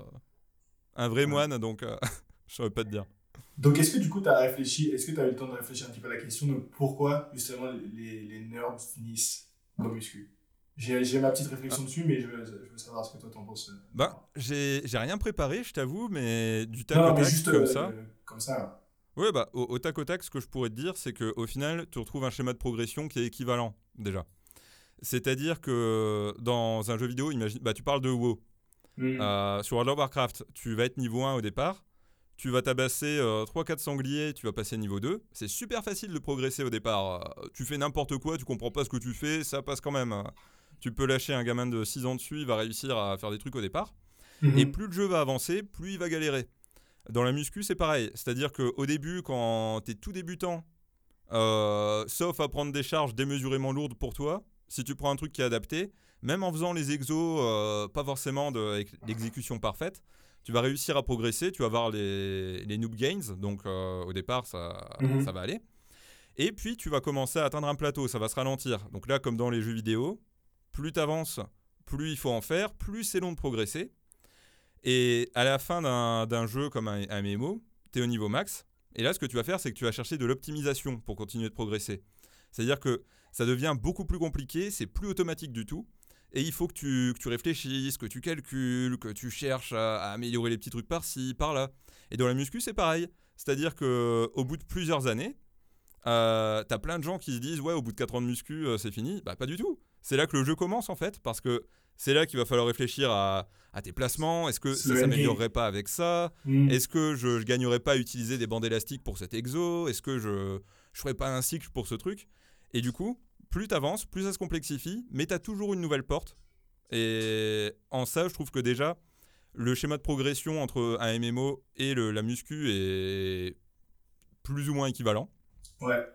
un vrai moine, donc je saurais pas te dire. Donc, est-ce que du coup, tu as réfléchi, est-ce que tu as eu le temps de réfléchir un petit peu à la question de pourquoi justement les nerds finissent dans muscu? J'ai ma petite réflexion dessus, mais je veux savoir ce que toi t'en penses. Bah, j'ai rien préparé, je t'avoue, mais du tac Non, au mais tac, juste comme ça. comme ça. Ouais, bah, au tac au tac, ce que je pourrais te dire, c'est qu'au final, tu retrouves un schéma de progression qui est équivalent, déjà. C'est-à-dire que dans un jeu vidéo, imagine, bah, tu parles de WoW. Sur World of Warcraft, tu vas être niveau 1 au départ, tu vas tabasser 3-4 sangliers, tu vas passer niveau 2. C'est super facile de progresser au départ. Tu fais n'importe quoi, tu comprends pas ce que tu fais, ça passe quand même. Tu peux lâcher un gamin de 6 ans dessus, il va réussir à faire des trucs au départ. Et plus le jeu va avancer, plus il va galérer. Dans la muscu, c'est pareil. C'est-à-dire qu'au début, quand tu es tout débutant, sauf à prendre des charges démesurément lourdes pour toi, si tu prends un truc qui est adapté, même en faisant les exos, pas forcément avec l'exécution parfaite, tu vas réussir à progresser, tu vas avoir les noob gains, donc au départ, ça va aller. Et puis, tu vas commencer à atteindre un plateau, ça va se ralentir. Donc là, comme dans les jeux vidéo, plus tu avances, plus il faut en faire, plus c'est long de progresser. Et à la fin d'un jeu comme un MMO, tu es au niveau max. Et là, ce que tu vas faire, c'est que tu vas chercher de l'optimisation pour continuer de progresser. C'est-à-dire que ça devient beaucoup plus compliqué, c'est plus automatique du tout. Et il faut que tu réfléchisses, que tu calcules, que tu cherches à améliorer les petits trucs par-ci, par-là. Et dans la muscu, c'est pareil. C'est-à-dire qu'au bout de plusieurs années, t'as plein de gens qui se disent « Ouais, au bout de 4 ans de muscu, c'est fini ». Bah pas du tout. C'est là que le jeu commence en fait, parce que c'est là qu'il va falloir réfléchir à tes placements. Est-ce que ça s'améliorerait pas avec ça ? Est-ce que je gagnerais pas à utiliser des bandes élastiques pour cet exo ? Est-ce que je ferais pas un cycle pour ce truc ? Et du coup, plus t'avances, plus ça se complexifie, mais t'as toujours une nouvelle porte. Et en ça, je trouve que déjà, le schéma de progression entre un MMO et la muscu est plus ou moins équivalent. Ouais.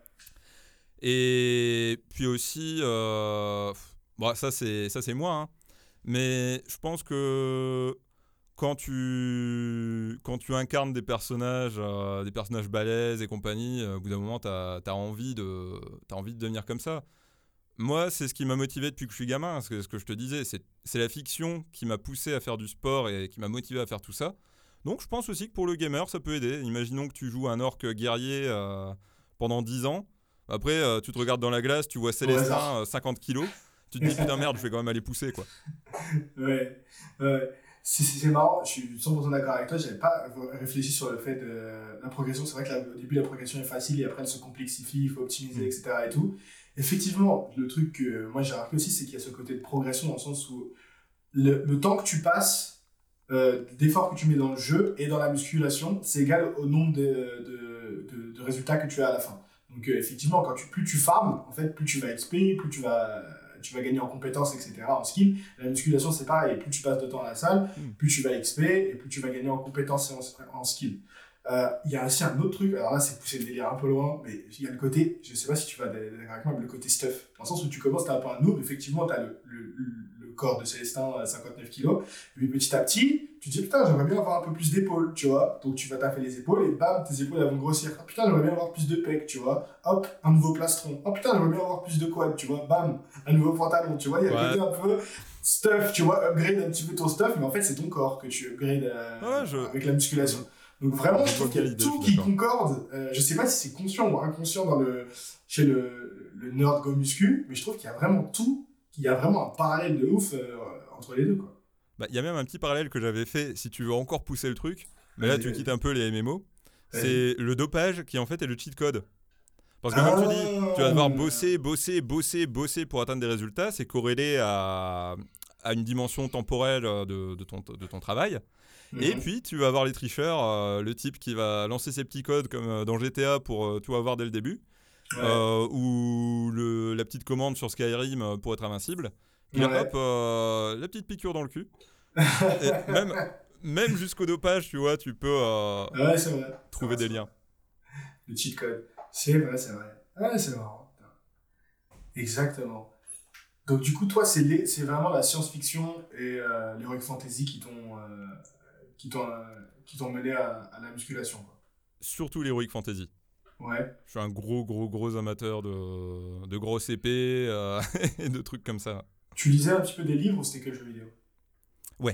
Et puis aussi, bon, ça c'est moi, hein. Mais je pense que quand tu incarnes des personnages balèzes et compagnie, au bout d'un moment, t'as envie de devenir comme ça. Moi, c'est ce qui m'a motivé depuis que je suis gamin, ce que je te disais, c'est la fiction qui m'a poussé à faire du sport et qui m'a motivé à faire tout ça. Donc je pense aussi que pour le gamer, ça peut aider. Imaginons que tu joues un orc guerrier pendant 10 ans. Après, tu te regardes dans la glace, tu vois Célestin, 50 kilos. Tu te dis putain merde, je vais quand même aller pousser quoi. Ouais. C'est marrant, je suis 100% d'accord avec toi. J'avais pas réfléchi sur le fait de la progression. C'est vrai qu'au début, la progression est facile et après, elle se complexifie, il faut optimiser, etc. et tout. Effectivement, le truc que moi j'ai remarqué aussi, c'est qu'il y a ce côté de progression dans le sens où le temps que tu passes, d'efforts que tu mets dans le jeu et dans la musculation, c'est égal au nombre de résultats que tu as à la fin. Donc effectivement, plus tu farmes, en fait, plus tu vas XP, plus tu vas gagner en compétences, etc., en skill. La musculation, c'est pareil. Plus tu passes de temps à la salle, plus tu vas XP et plus tu vas gagner en compétences et en skill. Il y a aussi un autre truc, alors là, c'est pousser le délire un peu loin, mais il y a le côté, je sais pas si tu vas d'accord avec moi, mais le côté stuff. Dans le sens où tu commences, t'as un peu un noob, effectivement, t'as le corps de Célestin à 59 kilos, et puis petit à petit, tu te dis, putain, j'aimerais bien avoir un peu plus d'épaules, tu vois. Donc tu vas taffer les épaules, et bam, tes épaules, elles vont grossir. Ah, putain, j'aimerais bien avoir plus de pecs, tu vois. Hop, un nouveau plastron. Oh putain, j'aimerais bien avoir plus de quad, tu vois. Bam, un nouveau pantalon, tu vois. Il y a le côté un peu stuff, tu vois, upgrade un petit peu ton stuff, mais en fait, c'est ton corps que tu upgrades avec la musculation. Donc vraiment, je trouve qu'il y a tout qui concorde. Je sais pas si c'est conscient ou inconscient chez le nerd go muscu, mais je trouve qu'il y a vraiment tout, qu'il y a vraiment un parallèle de ouf entre les deux, quoi. Bah, y a même un petit parallèle que j'avais fait, si tu veux encore pousser le truc, mais là tu quittes un peu les MMO, c'est le dopage qui en fait est le cheat code. Parce que comme tu dis, tu vas devoir bosser pour atteindre des résultats, c'est corrélé à une dimension temporelle de ton travail. Et puis tu vas avoir les tricheurs, le type qui va lancer ses petits codes comme dans GTA pour tout avoir dès le début. ou la petite commande sur Skyrim pour être invincible. Puis là, hop, la petite piqûre dans le cul. Et même jusqu'au dopage, tu vois, tu peux c'est vrai. trouver des liens. Le cheat code. C'est vrai. Ouais, c'est marrant. Exactement. Donc du coup, toi, c'est vraiment la science-fiction et l'heroic fantasy qui t'ont mené à la musculation, quoi. Surtout l'heroic fantasy. Ouais. Je suis un gros amateur de grosses épées et de trucs comme ça. Tu lisais un petit peu des livres ou c'était que le jeu vidéo? Ouais.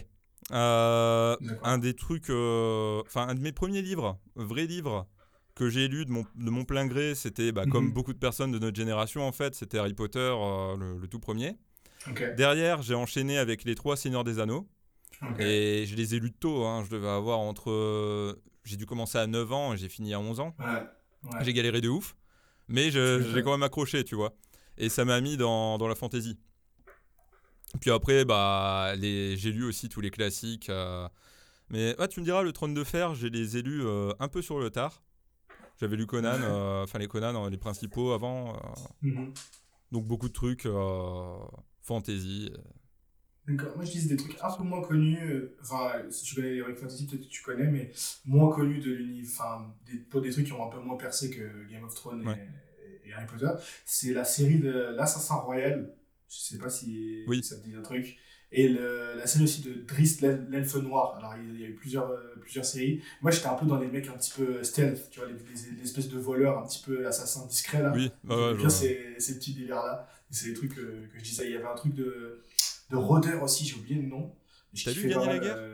Un des trucs... un de mes premiers livres, vrais livres, que j'ai lu de mon plein gré, c'était comme beaucoup de personnes de notre génération, en fait, c'était Harry Potter, le tout premier. Okay. Derrière, j'ai enchaîné avec les 3 Seigneurs des Anneaux. Okay. Et je les ai lus tôt. Je devais avoir j'ai dû commencer à 9 ans et j'ai fini à 11 ans. Ouais. J'ai galéré de ouf. Mais j'ai quand même accroché, tu vois. Et ça m'a mis dans la fantasy. Puis après, j'ai lu aussi tous les classiques. Mais tu me diras, le Trône de Fer, je les ai lus un peu sur le tard. J'avais lu Conan, les Conan, les principaux avant. Donc beaucoup de trucs fantasy. D'accord. Moi, je disais des trucs un peu moins connus. Si tu connais l'heroic fantasy, peut-être que tu connais, mais moins connus de l'univers. Pour des trucs qui ont un peu moins percé que Game of Thrones et Harry Potter. C'est la série de l'Assassin Royal. Je sais pas si ça te dit un truc. Et la série aussi de Driss l'Elfe Noir. Alors, il y a eu plusieurs séries. Moi, j'étais un peu dans les mecs un petit peu stealth, tu vois, les espèces de voleurs un petit peu assassins discrets, là. Oui, bien ces petits délires-là. C'est des trucs que je disais. Il y avait un truc de rôdeur aussi, j'ai oublié le nom. T'as lu Gagner la guerre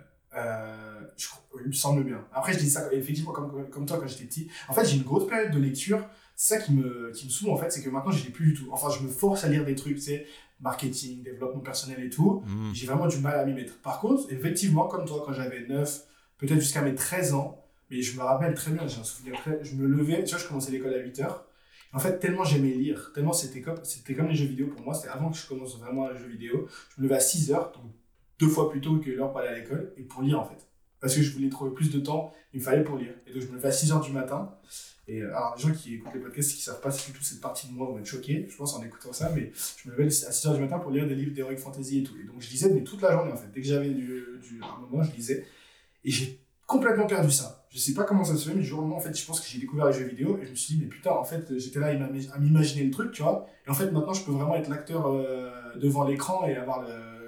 il me semble bien. Après, je dis ça effectivement comme toi quand j'étais petit. En fait, j'ai une grosse période de lecture. C'est ça qui me saoule, en fait, c'est que maintenant, je ne l'ai plus du tout. Enfin, je me force à lire des trucs, tu sais, marketing, développement personnel et tout. J'ai vraiment du mal à m'y mettre. Par contre, effectivement, comme toi, quand j'avais 9, peut-être jusqu'à mes 13 ans, mais je me rappelle très bien, j'ai un souvenir je me levais, tu vois, je commençais l'école à 8h. En fait, tellement j'aimais lire, tellement c'était comme les jeux vidéo pour moi, c'était avant que je commence vraiment les jeux vidéo. Je me levais à 6h, donc 2 fois plus tôt que l'heure pour aller à l'école, et pour lire, en fait. Parce que je voulais trouver plus de temps, il me fallait pour lire. Et donc, je me levais à 6h du matin. Et alors, les gens qui écoutent les podcasts, qui ne savent pas du tout cette partie de moi vont être choqués, je pense, en écoutant ça, mais je me levais à 6h du matin pour lire des livres d'heroic fantasy et tout. Et donc, je lisais, mais toute la journée, en fait. Dès que j'avais un moment, je lisais. Et j'ai complètement perdu ça. Je sais pas comment ça se fait, mais du jour au moment, en fait, je pense que j'ai découvert les jeux vidéo et je me suis dit, mais putain, en fait, j'étais là à m'imaginer le truc, tu vois. Et en fait, maintenant, je peux vraiment être l'acteur devant l'écran et avoir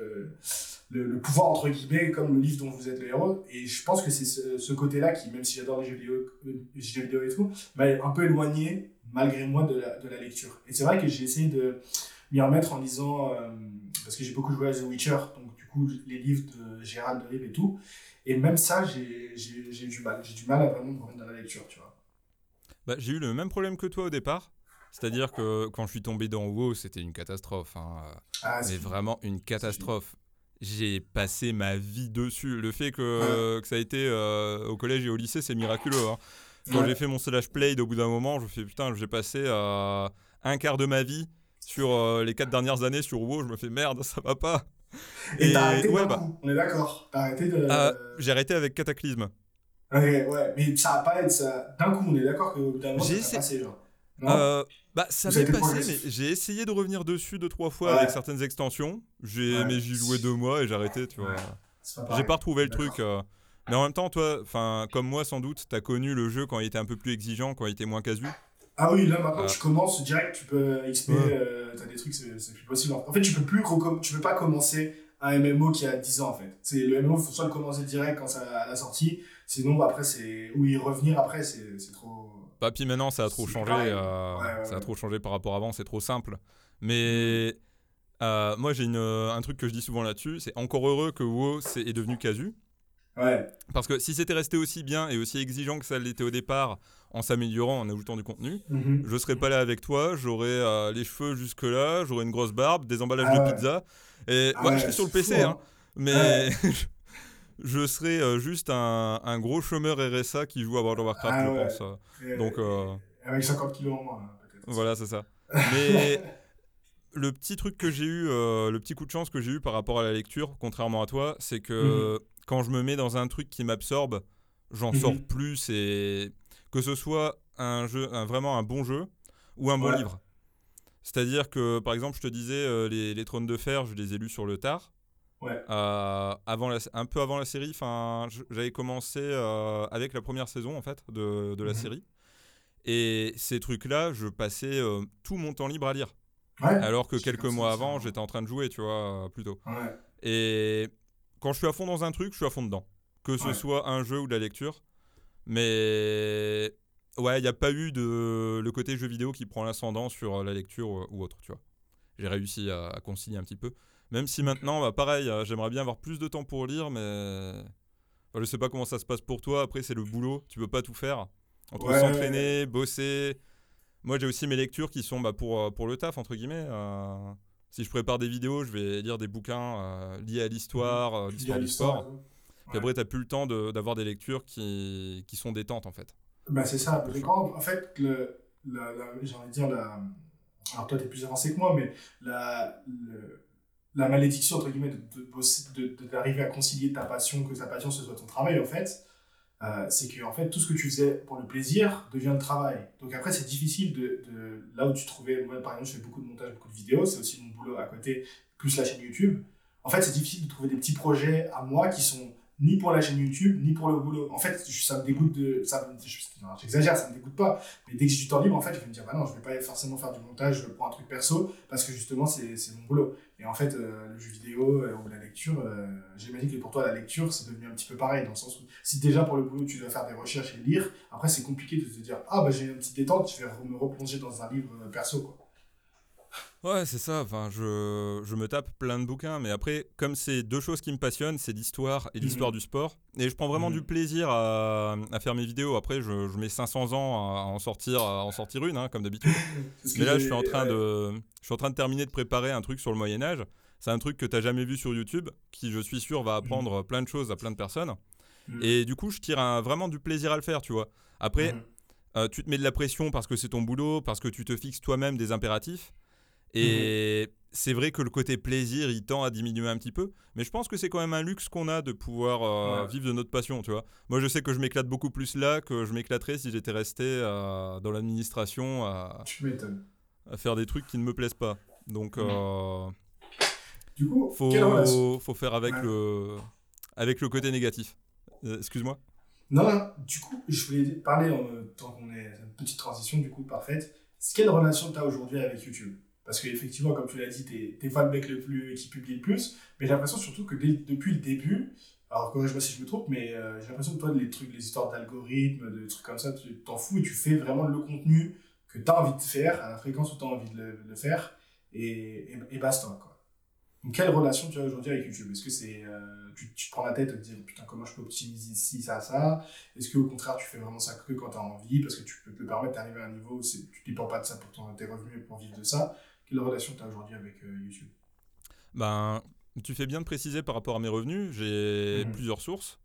le pouvoir, entre guillemets, comme le livre dont vous êtes le héros. Et je pense que c'est ce côté-là qui, même si j'adore les jeux vidéo et tout, m'a un peu éloigné, malgré moi, de la lecture. Et c'est vrai que j'ai essayé de m'y remettre en lisant, parce que j'ai beaucoup joué à The Witcher, donc du coup, les livres de Gérald de Rive et tout. Et même ça, j'ai du mal. J'ai du mal à vraiment me remettre dans la lecture, tu vois. J'ai eu le même problème que toi au départ. C'est-à-dire que quand je suis tombé dans WoW, c'était une catastrophe. Mais vraiment une catastrophe. J'ai passé ma vie dessus. Le fait que ça a été au collège et au lycée, c'est miraculeux. Quand j'ai fait mon slash played, au bout d'un moment, je me fais putain, j'ai passé un quart de ma vie sur les 4 dernières années sur WoW. Je me fais merde, ça va pas. Et t'as arrêté d'un coup, on est d'accord. T'as arrêté de... j'ai arrêté avec Cataclysme. Ouais, mais ça va pas être ça. D'un coup, on est d'accord qu'au bout d'un moment, ça va passer, genre. Ça m'est passé, mais j'ai essayé de revenir dessus 2-3 fois avec certaines extensions. Mais j'y jouais 2 mois et j'ai arrêté, tu vois. J'ai pas retrouvé le truc. Mais en même temps, toi, comme moi sans doute, t'as connu le jeu quand il était un peu plus exigeant, quand il était moins casu. Ah oui, là maintenant tu commences direct, tu peux XP, t'as des trucs, c'est plus possible. En fait, tu peux pas commencer un MMO qui a 10 ans en fait. Le MMO, il faut soit le commencer direct quand ça à la sortie, sinon après y revenir après, c'est trop. Puis maintenant ça a trop changé, ça a trop changé par rapport à avant, c'est trop simple. Mais moi j'ai un truc que je dis souvent là-dessus, c'est encore heureux que WoW est devenu casu. Ouais. Parce que si c'était resté aussi bien et aussi exigeant que ça l'était au départ, en s'améliorant, en ajoutant du contenu, je serais pas là avec toi, j'aurais les cheveux jusque là, j'aurais une grosse barbe, des emballages de pizza, et je suis sur le PC, fou, mais je serais juste un gros chômeur RSA qui joue à World of Warcraft, je pense. Donc, avec 50 kilos en moins, peut-être. Voilà, c'est ça. Mais le petit truc que j'ai eu, le petit coup de chance que j'ai eu par rapport à la lecture, contrairement à toi, c'est que quand je me mets dans un truc qui m'absorbe, j'en sors plus. Et que ce soit un jeu, vraiment un bon jeu, ou un bon Ouais. livre. C'est-à-dire que, par exemple, je te disais, les Trônes de Fer, je les ai lus sur le tard. Ouais. Un peu avant la série, j'avais commencé avec la première saison en fait de la série. Et ces trucs-là, je passais tout mon temps libre à lire. Ouais. Alors que J'étais quelques comme ça mois aussi, avant, hein. j'étais en train de jouer, tu vois, plutôt. Ouais. Et quand je suis à fond dans un truc, je suis à fond dedans. Que ce Ouais. soit un jeu ou de la lecture. Mais ouais, il n'y a pas eu le côté jeu vidéo qui prend l'ascendant sur la lecture ou autre, tu vois. J'ai réussi à concilier un petit peu. Même si maintenant, bah, pareil, j'aimerais bien avoir plus de temps pour lire, mais enfin, je sais pas comment ça se passe pour toi. Après, c'est le boulot, tu peux pas tout faire. Entre Ouais. s'entraîner, bosser. Moi, j'ai aussi mes lectures qui sont pour le taf, entre guillemets. Si je prépare des vidéos, je vais lire des bouquins liés à l'histoire, Il y a l'histoire du l'histoire et sport. tout. Puis Ouais. après, t'as plus le temps d'avoir des lectures qui sont détentes, en fait. Bah, c'est C'est un ça. peu Mais chiant. quand, en fait, j'ai envie de dire, alors toi, t'es plus avancé que moi, mais la malédiction, entre guillemets, d'arriver à concilier ta passion, que ta passion, ce soit ton travail, en fait, c'est que en fait, tout ce que tu faisais pour le plaisir devient le travail. Donc après, c'est difficile là où tu trouvais, moi par exemple, je fais beaucoup de montage, beaucoup de vidéos, c'est aussi mon boulot à côté, plus la chaîne YouTube. En fait, c'est difficile de trouver des petits projets à moi qui sont ni pour la chaîne YouTube, ni pour le boulot. En fait, ça me dégoûte j'exagère, ça me dégoûte pas. Mais dès que j'ai du temps libre, en fait, je vais me dire, bah non, je vais pas forcément faire du montage pour un truc perso, parce que justement, c'est mon boulot. Et en fait, le jeu vidéo ou la lecture, j'imagine que pour toi, la lecture, c'est devenu un petit peu pareil, dans le sens où si déjà pour le boulot, tu dois faire des recherches et lire, après, c'est compliqué de te dire, ah bah j'ai une petite détente, je vais me replonger dans un livre perso, quoi. Ouais, c'est ça. Enfin, je me tape plein de bouquins, mais après, comme c'est deux choses qui me passionnent, c'est l'histoire et l'histoire Mhm. du sport. Et je prends vraiment du Mhm. plaisir à faire mes vidéos. Après, je mets 500 ans à en sortir une, hein, comme d'habitude. C'est ce que Mais là, je suis en j'ai. train Ouais. de terminer de préparer un truc sur le Moyen Âge. C'est un truc que t'as jamais vu sur YouTube, qui, je suis sûr, va Mhm. apprendre plein de choses à plein de personnes. Mhm. Et du coup, je tire vraiment du plaisir à le faire, tu vois. Après, Mhm. tu te mets de la pression parce que c'est ton boulot, parce que tu te fixes toi-même des impératifs. Mhm. Et c'est vrai que le côté plaisir, il tend à diminuer un petit peu. Mais je pense que c'est quand même un luxe qu'on a de pouvoir Ouais. vivre de notre passion, tu vois. Moi, je sais que je m'éclate beaucoup plus là que je m'éclaterais si j'étais resté dans l'administration Tu m'étonnes. à faire des trucs qui ne me plaisent pas. Donc, Mhm. Du coup, quelle relation? faut faire Ouais. avec le côté négatif. Excuse-moi. Non, non, du coup, je voulais te parler, tant qu'on est une petite transition, du coup, parfaite. Quelle relation tu as aujourd'hui avec YouTube? Parce qu'effectivement, comme tu l'as dit, t'es pas le mec qui publie le plus, mais j'ai l'impression surtout que depuis le début, alors corrige-moi si je me trompe, mais j'ai l'impression que toi, les histoires d'algorithmes, de trucs comme ça, tu t'en fous et tu fais vraiment le contenu que tu as envie de faire, à la fréquence où tu as envie de le faire, et basta, quoi. Donc, quelle relation tu as aujourd'hui avec YouTube? Est-ce que tu te prends la tête et te dire putain, comment je peux optimiser ci, ça? Est-ce qu'au contraire, tu fais vraiment ça que quand tu as envie parce que tu peux te le permettre d'arriver à un niveau où tu ne dépends pas de ça pour tes revenus et pour vivre de ça? Quelle relation tu as aujourd'hui avec YouTube? Ben, tu fais bien de préciser par rapport à mes revenus. J'ai Mhm. plusieurs sources.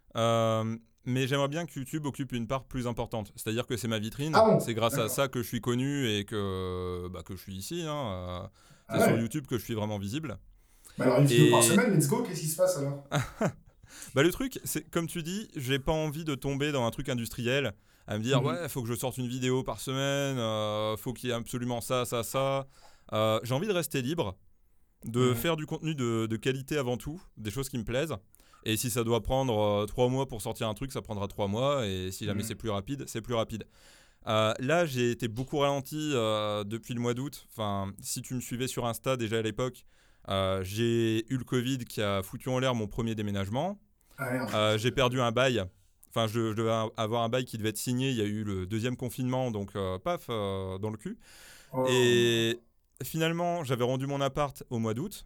Mais j'aimerais bien que YouTube occupe une part plus importante. C'est-à-dire que c'est ma vitrine. Ah bon? C'est grâce à D'accord. ça que je suis connu et que je suis ici, hein. Ah C'est sur ouais. YouTube que je suis vraiment visible. Bah alors, une vidéo par Et semaine, let's go, qu'est-ce qui se passe alors? bah, le truc, c'est comme tu dis, j'ai pas envie de tomber dans un truc industriel, à me dire Mhm. ouais, faut que je sorte une vidéo par semaine, faut qu'il y ait absolument ça, ça, ça. J'ai envie de rester libre, de Mhm. faire du contenu de qualité avant tout, des choses qui me plaisent. Et si ça doit prendre 3 mois pour sortir un truc, ça prendra 3 mois. Et si jamais c'est Mhm. plus rapide, c'est plus rapide. Là, j'ai été beaucoup ralenti depuis le mois d'août. Enfin, si tu me suivais sur Insta déjà à l'époque, j'ai eu le Covid qui a foutu en l'air mon premier déménagement. Ah merde. J'ai perdu un bail. Enfin, je devais avoir un bail qui devait être signé. Il y a eu le deuxième confinement, donc paf, dans le cul. Oh. Et finalement, j'avais rendu mon appart au mois d'août.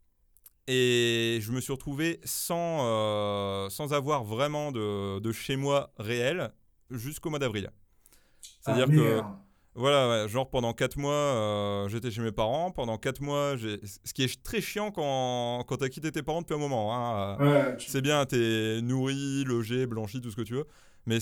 Et je me suis retrouvé sans avoir vraiment de chez moi réel jusqu'au mois d'avril. Ah C'est-à-dire que, merde. voilà, ouais, genre pendant 4 mois, j'étais chez mes parents. Pendant 4 mois, ce qui est très chiant quand t'as quitté tes parents depuis un moment, hein. Ouais, C'est bien, t'es nourri, logé, blanchi, tout ce que tu veux. Mais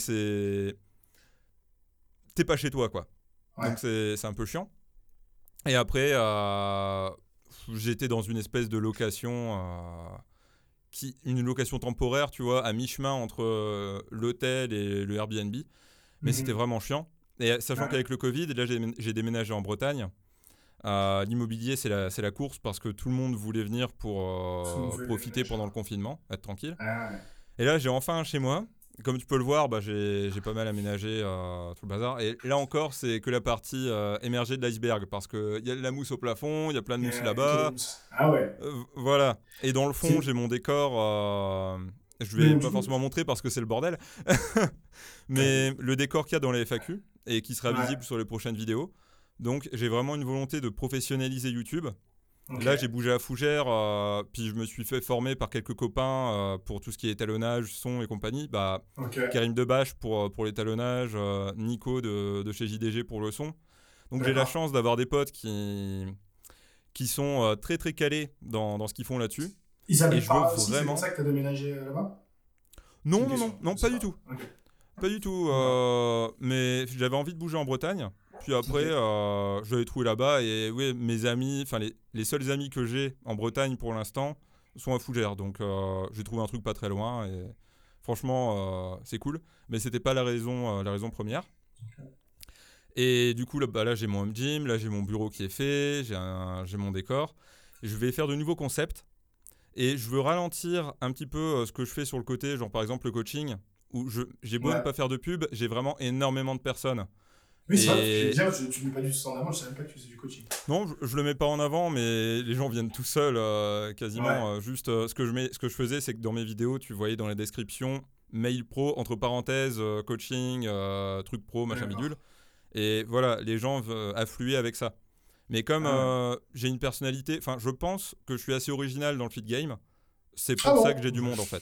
t'es pas chez toi, quoi. ouais. Donc c'est un peu chiant. Et après, j'étais dans une espèce de location, une location temporaire, tu vois, à mi-chemin entre l'hôtel et le Airbnb. Mais c'était Mhm. vraiment chiant. Et sachant qu'avec le Covid, là, j'ai déménagé en Bretagne. L'immobilier, c'est la course parce que tout le monde voulait venir pour profiter pendant le confinement, être tranquille. Ah, ouais. Et là, j'ai enfin un chez moi. Comme tu peux le voir, j'ai pas mal aménagé tout le bazar. Et là encore, c'est que la partie émergée de l'iceberg parce qu'il y a de la mousse au plafond, il y a plein de mousse là-bas. Ah ouais. Voilà. Et dans le fond, j'ai mon décor. Je vais pas forcément montrer parce que c'est le bordel. Mais le décor qu'il y a dans les FAQ et qui sera visible sur les prochaines vidéos. Donc, j'ai vraiment une volonté de professionnaliser YouTube. Okay. Là, j'ai bougé à Fougères, puis je me suis fait former par quelques copains pour tout ce qui est étalonnage, son et compagnie. Karim Debache pour l'étalonnage, Nico de chez JDG pour le son. Donc j'ai la chance d'avoir des potes qui sont très très calés dans ce qu'ils font là-dessus. Ils habitent pas aussi, c'est pour ça que tu as déménagé là-bas ? Non, pas du tout. Okay. Pas du tout, mais j'avais envie de bouger en Bretagne. Puis après, je l'ai trouvé là-bas et oui, mes amis, enfin les seuls amis que j'ai en Bretagne pour l'instant sont à Fougères. Donc j'ai trouvé un truc pas très loin et franchement, c'est cool. Mais c'était pas la raison première. Okay. Et du coup, là j'ai mon home gym, là j'ai mon bureau qui est fait, j'ai mon décor. Je vais faire de nouveaux concepts et je veux ralentir un petit peu ce que je fais sur le côté, genre par exemple le coaching, où j'ai beau ne pas faire de pub, j'ai vraiment énormément de personnes. Oui, c'est vrai, tu ne mets pas du tout ça en avant, je ne savais même pas que tu faisais du coaching. Non, je le mets pas en avant, mais les gens viennent tout seuls, quasiment. Juste, ce que je faisais, c'est que dans mes vidéos, tu voyais dans les descriptions, mail pro, entre parenthèses, coaching, truc pro, machin bidule. Et voilà, les gens affluaient avec ça. Mais comme j'ai une personnalité, enfin, je pense que je suis assez original dans le feed game, c'est pour ça que j'ai du monde, en fait.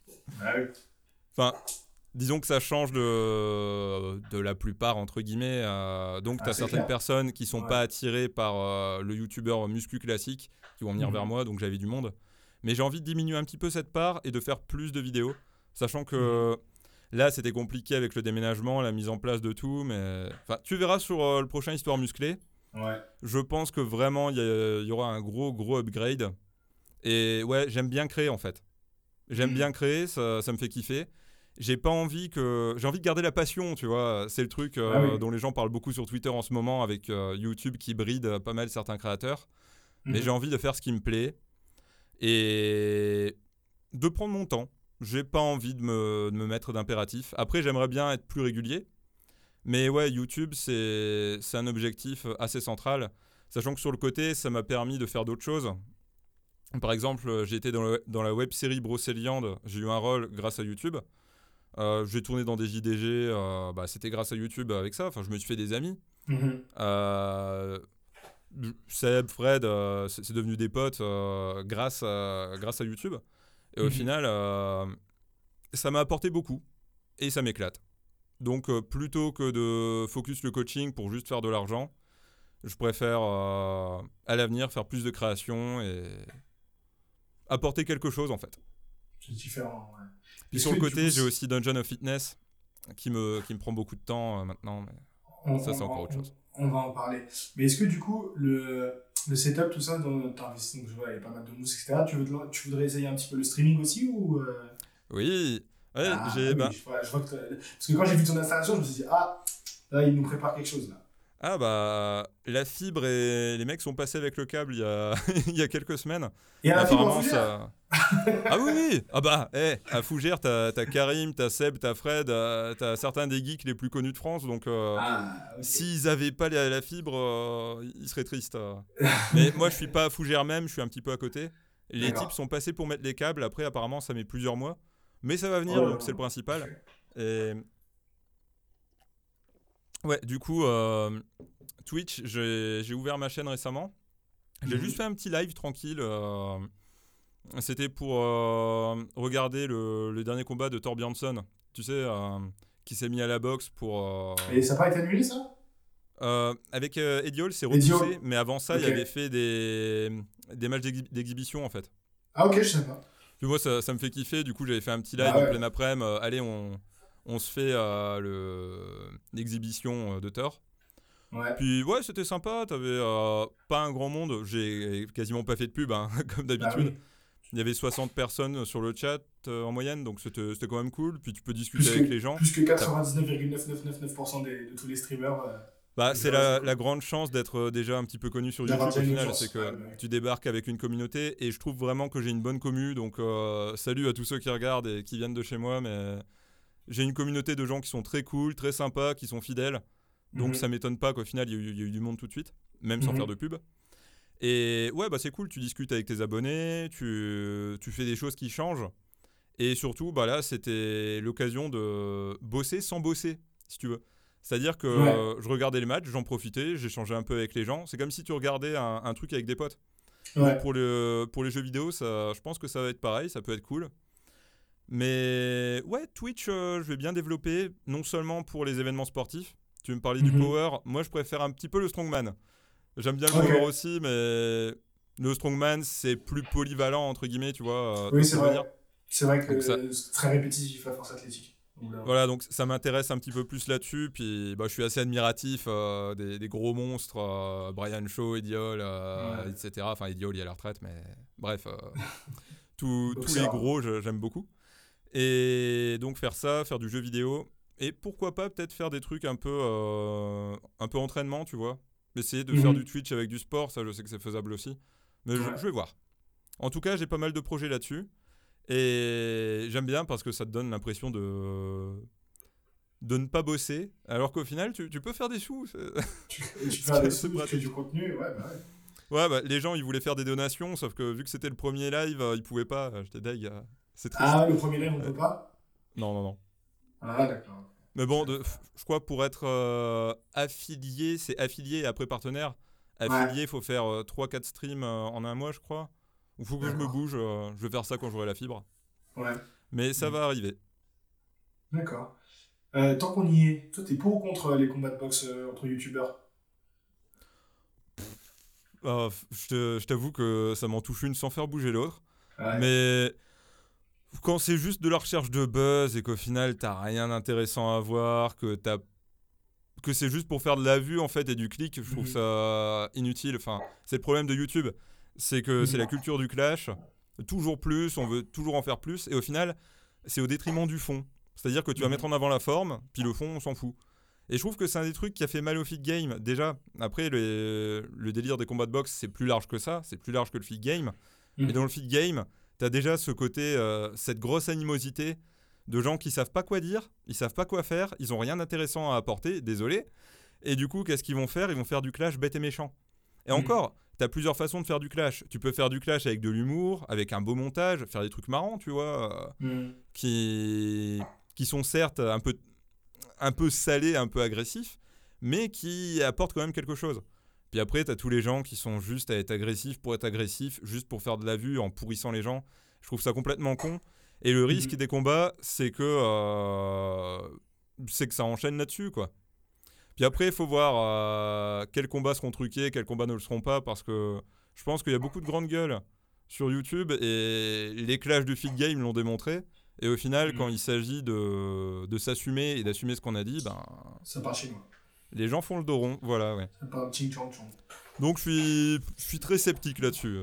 Enfin... Disons que ça change de la plupart, entre guillemets. Donc, tu as certaines personnes qui ne sont pas attirées par le youtubeur muscu classique qui vont venir vers moi, donc j'avais du monde. Mais j'ai envie de diminuer un petit peu cette part et de faire plus de vidéos, sachant que là, c'était compliqué avec le déménagement, la mise en place de tout. Mais tu verras sur le prochain Histoire Musclée. Ouais. Je pense que vraiment, il y aura un gros upgrade. Et ouais, j'aime bien créer, en fait. J'aime bien créer, ça me fait kiffer. J'ai envie de garder la passion, tu vois. C'est le truc dont les gens parlent beaucoup sur Twitter en ce moment avec YouTube qui bride pas mal certains créateurs. Mais j'ai envie de faire ce qui me plaît et de prendre mon temps. J'ai pas envie de me mettre d'impératif. Après, j'aimerais bien être plus régulier. Mais ouais, YouTube, c'est un objectif assez central. Sachant que sur le côté, ça m'a permis de faire d'autres choses. Par exemple, j'ai été dans la web-série Brocéliande. J'ai eu un rôle grâce à YouTube. J'ai tourné dans des JDG, c'était grâce à YouTube avec ça. Enfin, je me suis fait des amis. Seb, Fred, c'est devenu des potes grâce à YouTube. Et au final, ça m'a apporté beaucoup et ça m'éclate. Donc, plutôt que de focus le coaching pour juste faire de l'argent, je préfère à l'avenir faire plus de création et apporter quelque chose en fait. C'est différent, ouais. Puis sur le côté, j'ai aussi Dungeon of Fitness qui me prend beaucoup de temps maintenant. Mais ça, c'est encore autre chose. On va en parler. Mais est-ce que du coup, le setup, tout ça, dans tu as investi, donc je vois, il y a pas mal de mousse, etc. Tu voudrais essayer un petit peu le streaming aussi ou Oui. Ouais, je vois que parce que quand j'ai vu ton installation, je me suis dit, là, il nous prépare quelque chose là. La fibre et les mecs sont passés avec le câble il y a quelques semaines. Et à la fibre à Fougères Ah oui. À Fougères, t'as Karim, t'as Seb, t'as Fred, t'as certains des geeks les plus connus de France. Donc, s'ils avaient pas la fibre, ils seraient tristes. Mais moi, je suis pas à Fougères même, je suis un petit peu à côté. Les types sont passés pour mettre les câbles. Après, apparemment, ça met plusieurs mois. Mais ça va venir, donc c'est le principal. Et... Ouais, du coup, Twitch, j'ai ouvert ma chaîne récemment. J'ai juste fait un petit live tranquille. C'était pour regarder le dernier combat de Thor Bjornsson. Tu sais, qui s'est mis à la boxe pour... Et ça n'a pas été annulé, ça avec Ediol, c'est repoussé. Mais avant ça, il avait fait des matchs d'exhibition, en fait. Ah ok, je sais pas. Puis moi, ça me fait kiffer. Du coup, j'avais fait un petit live en plein après-midi. Allez, on se fait l'exhibition de Thor. Ouais. Puis ouais, c'était sympa. T'avais pas un grand monde. J'ai quasiment pas fait de pub, hein, comme d'habitude. Il y avait 60 personnes sur le chat en moyenne, donc c'était quand même cool. Puis tu peux discuter avec les gens. Plus que 99,9999% de tous les streamers. C'est la grande chance d'être déjà un petit peu connu sur YouTube au final, c'est que ouais. tu débarques avec une communauté et je trouve vraiment que j'ai une bonne commu, donc salut à tous ceux qui regardent et qui viennent de chez moi, mais j'ai une communauté de gens qui sont très cool, très sympas, qui sont fidèles, donc ça m'étonne pas qu'au final il y a eu du monde tout de suite, même sans faire de pub. Et ouais, c'est cool, tu discutes avec tes abonnés, tu fais des choses qui changent, et surtout là c'était l'occasion de bosser sans bosser, si tu veux. C'est-à-dire que je regardais les matchs, j'en profitais, j'échangeais un peu avec les gens. C'est comme si tu regardais un truc avec des potes. Donc pour les jeux vidéo, je pense que ça va être pareil, ça peut être cool. Mais ouais, Twitch, je vais bien développer, non seulement pour les événements sportifs. Tu me parlais du power, moi je préfère un petit peu le strongman. J'aime bien le power aussi, mais le strongman c'est plus polyvalent, entre guillemets, tu vois. Oui, c'est vrai. Dire. C'est vrai que c'est très répétitif la force athlétique. Voilà, donc ça m'intéresse un petit peu plus là-dessus. Puis je suis assez admiratif des gros monstres, Brian Shaw, Ediol, etc. Enfin, Ediol, il est à la retraite, mais bref, tous les gros, j'aime beaucoup. Et donc faire du jeu vidéo. Et pourquoi pas peut-être faire des trucs un peu entraînement, tu vois. Essayer de faire du Twitch avec du sport, ça je sais que c'est faisable aussi. Mais je vais voir. En tout cas, j'ai pas mal de projets là-dessus. Et j'aime bien parce que ça te donne l'impression de ne pas bosser, alors qu'au final, tu peux faire des sous. Tu peux faire des sous, tu fais du contenu, Ouais, les gens, ils voulaient faire des donations, sauf que vu que c'était le premier live, ils pouvaient pas. J'étais deg, c'est triste. Ah, le premier live, on peut pas ? Non. Ah, d'accord. Mais bon, je crois pour être affilié, c'est affilié et après partenaire. Affilié, il faut faire 3-4 streams en un mois, je crois. Il faut que je me bouge, je vais faire ça quand j'aurai la fibre. Ouais. Mais ça va arriver. D'accord. Tant qu'on y est, toi t'es pour ou contre les combats de boxe entre youtubeurs ? Je t'avoue que ça m'en touche une sans faire bouger l'autre. Ouais. Mais quand c'est juste de la recherche de buzz et qu'au final t'as rien d'intéressant à voir, que c'est juste pour faire de la vue en fait et du clic, je trouve ça inutile. Enfin, c'est le problème de YouTube. C'est que c'est la culture du clash, toujours plus, on veut toujours en faire plus, et au final, c'est au détriment du fond. C'est-à-dire que tu vas mettre en avant la forme, puis le fond, on s'en fout. Et je trouve que c'est un des trucs qui a fait mal au feed game. Déjà, après, le délire des combats de boxe, c'est plus large que ça, c'est plus large que le feed game. Mais dans le feed game, t'as déjà ce côté, cette grosse animosité de gens qui savent pas quoi dire, ils savent pas quoi faire, ils ont rien d'intéressant à apporter, désolé. Et du coup, qu'est-ce qu'ils vont faire ? Ils vont faire du clash bête et méchant. Et encore, t'as plusieurs façons de faire du clash. Tu peux faire du clash avec de l'humour, avec un beau montage, faire des trucs marrants, tu vois, qui sont certes un peu salés, un peu agressifs, mais qui apportent quand même quelque chose. Puis après, t'as tous les gens qui sont juste à être agressifs pour être agressifs, juste pour faire de la vue en pourrissant les gens. Je trouve ça complètement con. Et le risque des combats, c'est que ça enchaîne là-dessus, quoi. Puis après, il faut voir quels combats seront truqués, quels combats ne le seront pas, parce que je pense qu'il y a beaucoup de grandes gueules sur YouTube, et les clashs du feed game l'ont démontré. Et au final, quand il s'agit de s'assumer et d'assumer ce qu'on a dit, ça part chez moi. Les gens font le dos rond, voilà, ouais. Ça part ching chong chong. Donc je suis très sceptique là-dessus.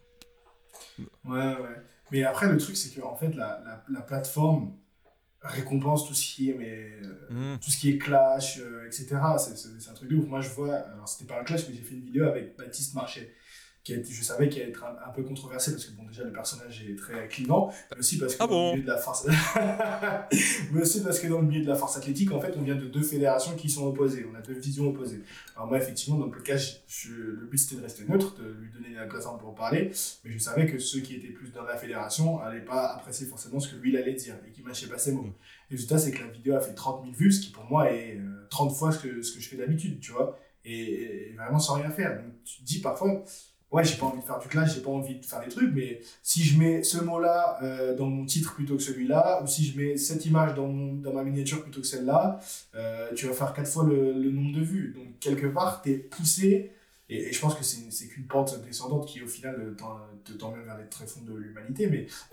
Ouais. Mais après, le truc, c'est que en fait, la plateforme récompense tout ce qui est tout ce qui est clash, etc. C'est un truc de ouf. Moi je vois, alors c'était pas un clash, mais j'ai fait une vidéo avec Baptiste Marchais, je savais qu'il allait être un peu controversé parce que bon, déjà le personnage est très clivant, mais aussi parce que dans le milieu de la force mais aussi parce que dans le milieu de la force athlétique, en fait, on vient de deux fédérations qui sont opposées, on a deux visions opposées. Alors moi, effectivement, dans le podcast, le but c'était de rester neutre, de lui donner la plateforme pour parler, mais je savais que ceux qui étaient plus dans la fédération n'allaient pas apprécier forcément ce que lui il allait dire et qui mâchait pas ses mots. Le résultat, c'est que la vidéo a fait 30 000 vues, ce qui pour moi est 30 fois ce que je fais d'habitude, tu vois, et vraiment sans rien faire. Donc tu te dis parfois, ouais, j'ai pas envie de faire du clash, j'ai pas envie de faire des trucs, mais si je mets ce mot-là dans mon titre plutôt que celui-là, ou si je mets cette image dans ma miniature plutôt que celle-là, tu vas faire 4 fois le nombre de vues. Donc quelque part, t'es poussé, et je pense que c'est qu'une pente descendante qui au final t'emmène vers les tréfonds de l'humanité,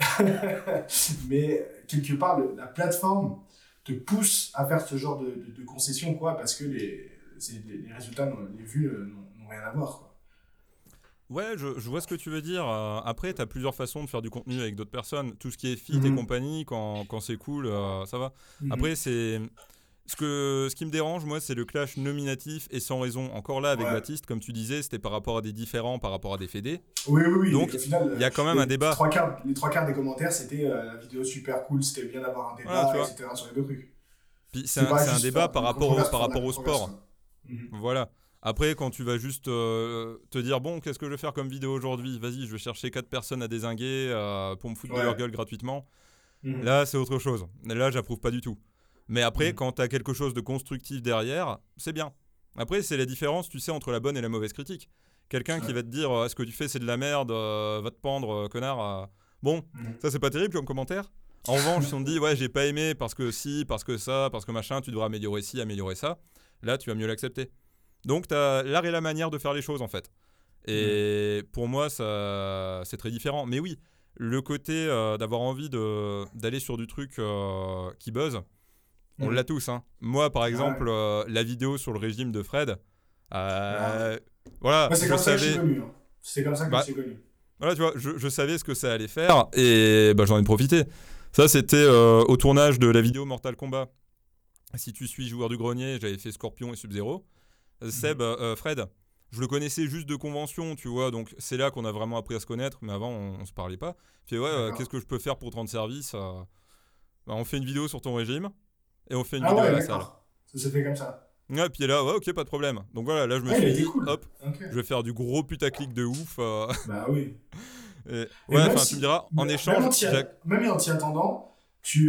mais quelque part, la plateforme te pousse à faire ce genre de concessions, quoi, parce que les résultats, les vues n'ont rien à voir, quoi. Ouais, je vois ce que tu veux dire. Après, tu as plusieurs façons de faire du contenu avec d'autres personnes. Tout ce qui est fit et compagnie, quand c'est cool, ça va. Après, c'est... Ce qui me dérange, moi, c'est le clash nominatif et sans raison. Encore là, avec Ouais. Baptiste, comme tu disais, c'était par rapport à des différents, par rapport à des fédés. Oui. Donc, Au final, il y a quand même un débat. les trois quarts des commentaires, c'était la vidéo super cool, c'était bien d'avoir un Voilà, tu débat, vois. etc. sur les deux trucs. Puis C'est pas c'est un juste débat une controverse par pour la rapport au controverse, sport. quoi. Voilà. Après, quand tu vas juste te dire, bon, qu'est-ce que je vais faire comme vidéo aujourd'hui? Vas-y, je vais chercher 4 personnes à dézinguer pour me foutre de leur gueule gratuitement. Là, c'est autre chose. Là, j'approuve pas du tout. Mais après, quand tu as quelque chose de constructif derrière, c'est bien. Après, c'est la différence, tu sais, entre la bonne et la mauvaise critique. Quelqu'un qui va te dire, ce que tu fais, c'est de la merde, va te pendre, connard. Bon, ça, c'est pas terrible comme commentaire. En revanche, si on te dit, ouais, j'ai pas aimé parce que si, parce que ça, parce que machin, tu devrais améliorer ci, améliorer ça, là, tu vas mieux l'accepter. Donc, tu as l'art et la manière de faire les choses, en fait. Et pour moi, ça, c'est très différent. Mais oui, le côté d'avoir envie d'aller sur du truc qui buzz, on l'a tous. Hein. Moi, par exemple, la vidéo sur le régime de Fred, voilà, c'est je comme ça que je savais... suis connu. Hein. C'est comme ça que je suis connu. Voilà, tu vois, je savais ce que ça allait faire et j'en ai profité. Ça, c'était au tournage de la vidéo Mortal Kombat. Si tu suis Joueur du Grenier, j'avais fait Scorpion et Sub-Zero. Fred, je le connaissais juste de convention, tu vois, donc c'est là qu'on a vraiment appris à se connaître, mais avant, on se parlait pas. Il fait, qu'est-ce que je peux faire pour te rendre service on fait une vidéo sur ton régime et on fait une vidéo à la salle. Ça s'est fait comme ça. Ouais, puis là, ouais, ok, pas de problème. Donc voilà, là, je me suis dit, hop, je vais faire du gros putaclic de ouf. Bah oui. Ouais, enfin, tu me diras, en échange... Même en t'y attendant, tu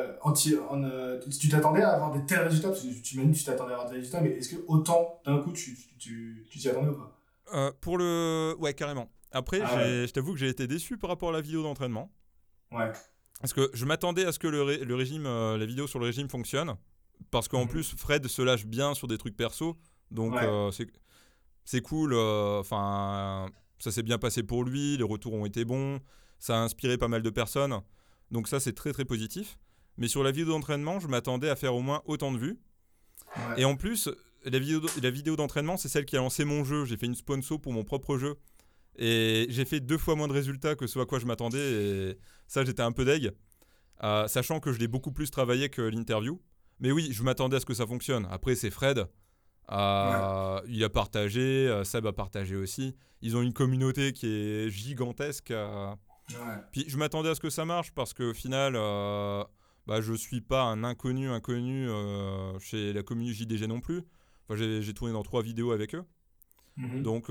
t'attendais à avoir des tels résultats, parce que tu m'as dit que tu t'attendais à avoir des résultats, mais est-ce que autant d'un coup tu t'y attendais ou pas? Ouais, carrément. Après, je t'avoue que j'ai été déçu par rapport à la vidéo d'entraînement. Ouais. Parce que je m'attendais à ce que le régime, la vidéo sur le régime fonctionne. Parce qu'en plus, Fred se lâche bien sur des trucs perso. Donc, c'est cool. Enfin, ça s'est bien passé pour lui. Les retours ont été bons. Ça a inspiré pas mal de personnes. Donc ça, c'est très très positif. Mais sur la vidéo d'entraînement, je m'attendais à faire au moins autant de vues. Ouais. Et en plus, la vidéo d'entraînement, c'est celle qui a lancé mon jeu. J'ai fait une sponsor pour mon propre jeu. Et j'ai fait 2 fois moins de résultats que ce à quoi je m'attendais. Et ça, j'étais un peu deg. Sachant que je l'ai beaucoup plus travaillé que l'interview. Mais oui, je m'attendais à ce que ça fonctionne. Après, c'est Fred. Il a partagé. Seb a partagé aussi. Ils ont une communauté qui est gigantesque. Puis je m'attendais à ce que ça marche parce qu'au final, je suis pas un inconnu chez la communauté JDG non plus. Enfin, j'ai tourné dans 3 vidéos avec eux. Donc,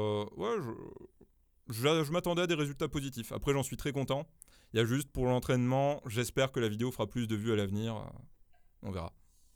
je m'attendais à des résultats positifs. Après, j'en suis très content. Il y a juste pour l'entraînement, j'espère que la vidéo fera plus de vues à l'avenir. On verra.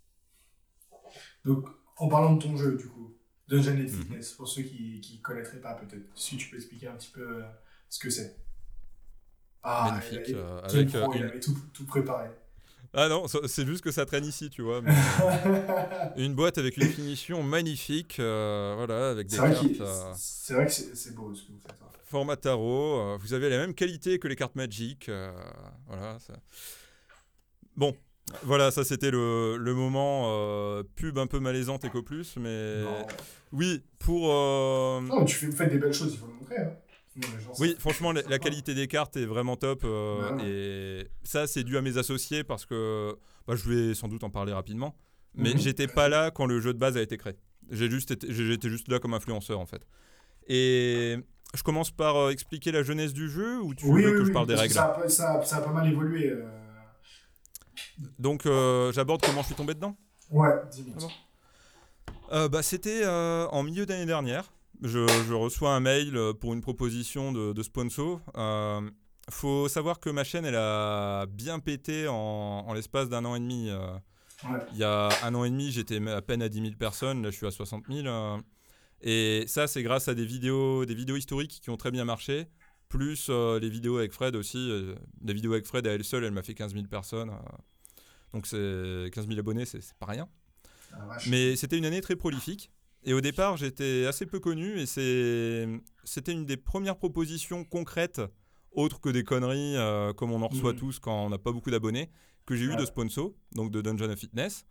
Donc, en parlant de ton jeu, du coup, Dungeon & Fitness, pour ceux qui ne connaîtraient pas peut-être, si tu peux expliquer un petit peu ce que c'est. Magnifique. Il avait tout préparé. Ah non, c'est juste que ça traîne ici, tu vois. Mais une boîte avec une finition magnifique, voilà, avec des cartes. C'est vrai que c'est beau ce que vous faites. Format tarot, vous avez la même qualité que les cartes Magic. Voilà. Ça. Bon, voilà, ça c'était le moment pub un peu malaisante EcoPlus, mais non. Oui, pour. Non, vous faites des belles choses, il faut le montrer. Hein. Oui, franchement, la qualité des cartes est vraiment top. Et ça, c'est dû à mes associés parce que je vais sans doute en parler rapidement. Mais j'étais pas là quand le jeu de base a été créé. J'étais juste là comme influenceur en fait. Et je commence par expliquer la jeunesse du jeu ou tu veux que je parle des règles? Ça a pas mal évolué. Donc, j'aborde comment je suis tombé dedans? Ouais, 10 minutes. C'était en milieu d'année dernière. Je reçois un mail pour une proposition de sponsor. Faut savoir que ma chaîne, elle a bien pété en l'espace d'1 an et demi. Il y a 1 an et demi, j'étais à peine à 10 000 personnes. Là, je suis à 60 000. Et ça, c'est grâce à des vidéos historiques qui ont très bien marché. Plus les vidéos avec Fred aussi. La vidéo avec Fred, à elle seule, elle m'a fait 15 000 personnes. Donc, c'est 15 000 abonnés, c'est pas rien. Mais c'était une année très prolifique. Et au départ, j'étais assez peu connu et c'était une des premières propositions concrètes, autres que des conneries comme on en reçoit tous quand on n'a pas beaucoup d'abonnés, que j'ai eu de sponsor, donc de Dungeon & Fitness.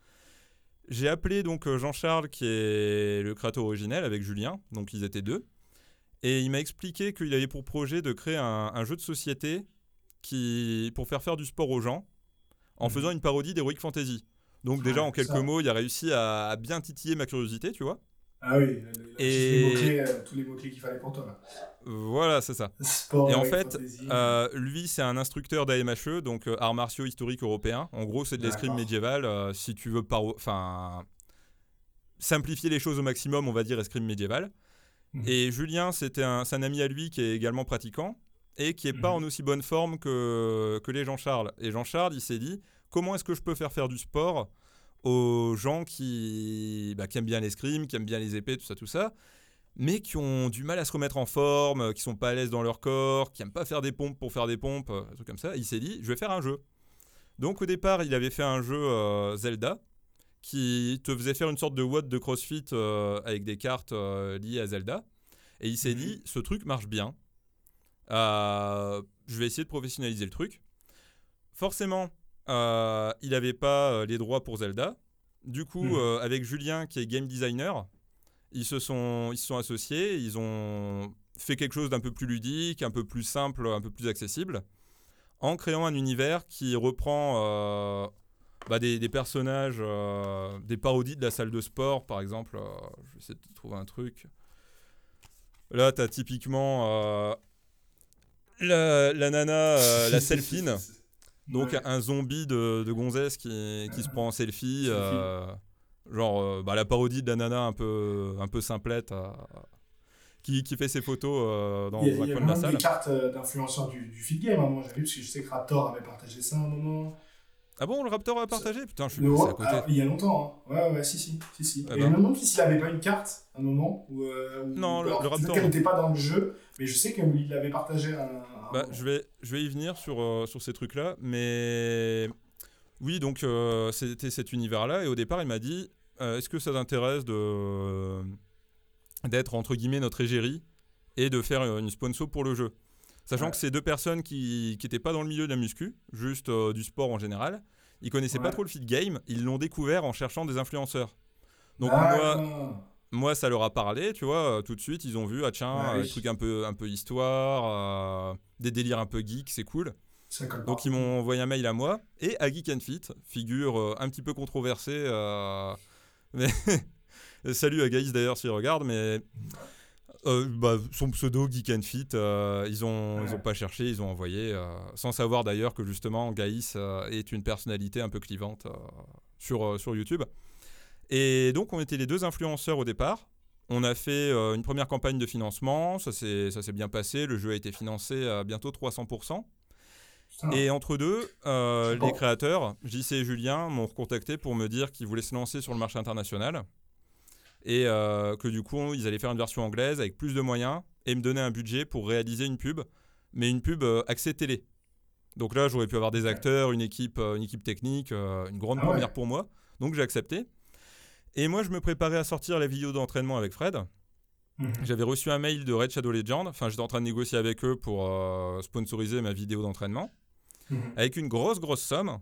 J'ai appelé donc Jean-Charles, qui est le créateur originel, avec Julien, donc ils étaient 2. Et il m'a expliqué qu'il avait pour projet de créer un jeu de société pour faire du sport aux gens en faisant une parodie d'Heroic Fantasy. Donc déjà, en quelques mots, il a réussi à bien titiller ma curiosité, tu vois. Ah oui, il a tous les mots-clés qu'il fallait pour toi. Là. Voilà, c'est ça. Sport, et en fait, fantasy, lui, c'est un instructeur d'AMHE, donc arts martiaux historiques européens. En gros, c'est de l'escrime médiévale. Si tu veux simplifier les choses au maximum, on va dire escrime médiévale. Et Julien, c'est un ami à lui qui est également pratiquant et qui n'est pas en aussi bonne forme que les Jean-Charles. Et Jean-Charles, il s'est dit, comment est-ce que je peux faire du sport aux gens qui aiment bien l'escrime, qui aiment bien les épées, tout ça, mais qui ont du mal à se remettre en forme, qui sont pas à l'aise dans leur corps, qui n'aiment pas faire des pompes pour faire des pompes, un truc comme ça. Il s'est dit, je vais faire un jeu. Donc au départ, il avait fait un jeu Zelda, qui te faisait faire une sorte de WOD de CrossFit avec des cartes liées à Zelda. Et il s'est dit, ce truc marche bien. Je vais essayer de professionnaliser le truc. Forcément, il n'avait pas les droits pour Zelda. Du coup, avec Julien, qui est game designer, ils se sont associés. Ils ont fait quelque chose d'un peu plus ludique, un peu plus simple, un peu plus accessible, en créant un univers qui reprend... des personnages, des parodies de la salle de sport, par exemple. Je vais essayer de trouver un truc. Là, t'as typiquement la nana, la selfine. Donc, un zombie de gonzesse qui se prend en selfie. La parodie de la nana un peu simplette qui fait ses photos dans un coin de la salle. Il y a même des cartes d'influenceurs du feed game. Moi, j'avais vu, parce que je sais que Raptor avait partagé ça à un moment. Ah bon, le Raptor a partagé ? Putain, je suis passé à côté. Il y a longtemps, hein. Ouais, si. Ah et je me demande s'il avait pas une carte à un moment. Non, le Raptor. Peut-être qu'elle n'était pas dans le jeu, mais je sais qu'il l'avait partagé à un moment. Je vais y venir sur ces trucs-là, mais oui, donc c'était cet univers-là, et au départ, il m'a dit est-ce que ça t'intéresse d'être entre guillemets notre égérie et de faire une sponsor pour le jeu ? Sachant que c'est deux personnes qui n'étaient pas dans le milieu de la muscu, juste du sport en général. Ils connaissaient pas trop le feed game, ils l'ont découvert en cherchant des influenceurs. Donc moi, ça leur a parlé, tu vois, tout de suite, ils ont vu, des trucs un peu histoire, des délires un peu geek, c'est cool. Donc ils m'ont envoyé un mail à moi et à Geek and Fit, figure un petit peu controversée. Mais salut à Gaïs d'ailleurs s'il regarde, mais... son pseudo Geek and Fit, ils ont pas cherché, ils ont envoyé, sans savoir d'ailleurs que justement Gaïs est une personnalité un peu clivante sur YouTube. Et donc on était les deux influenceurs au départ. On a fait une première campagne de financement, ça s'est bien passé, le jeu a été financé à bientôt 300%. Putain. Et entre deux, les créateurs, JC et Julien, m'ont recontacté pour me dire qu'ils voulaient se lancer sur le marché international. Et que du coup, ils allaient faire une version anglaise avec plus de moyens et me donner un budget pour réaliser une pub, mais une pub axée télé. Donc là, j'aurais pu avoir des acteurs, une équipe technique, une grande première pour moi. Donc j'ai accepté. Et moi, je me préparais à sortir la vidéo d'entraînement avec Fred. J'avais reçu un mail de Red Shadow Legend. Enfin, j'étais en train de négocier avec eux pour sponsoriser ma vidéo d'entraînement. Avec une grosse somme.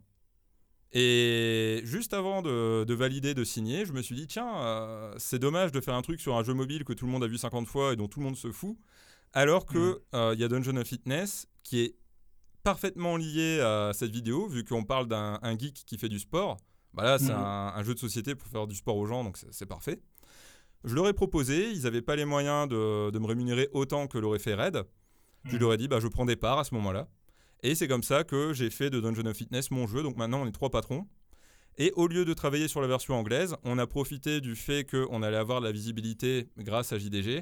Et juste avant de valider, de signer, je me suis dit, tiens, c'est dommage de faire un truc sur un jeu mobile que tout le monde a vu 50 fois et dont tout le monde se fout, alors qu'il y a Dungeon of Fitness qui est parfaitement lié à cette vidéo, vu qu'on parle d'un geek qui fait du sport. Là, c'est un jeu de société pour faire du sport aux gens, donc c'est parfait. Je leur ai proposé, ils n'avaient pas les moyens de me rémunérer autant que l'aurait fait Red. Je leur ai dit, je prends des parts à ce moment-là. Et c'est comme ça que j'ai fait de Dungeon of Fitness mon jeu. Donc maintenant, on est 3 patrons. Et au lieu de travailler sur la version anglaise, on a profité du fait qu'on allait avoir de la visibilité grâce à JDG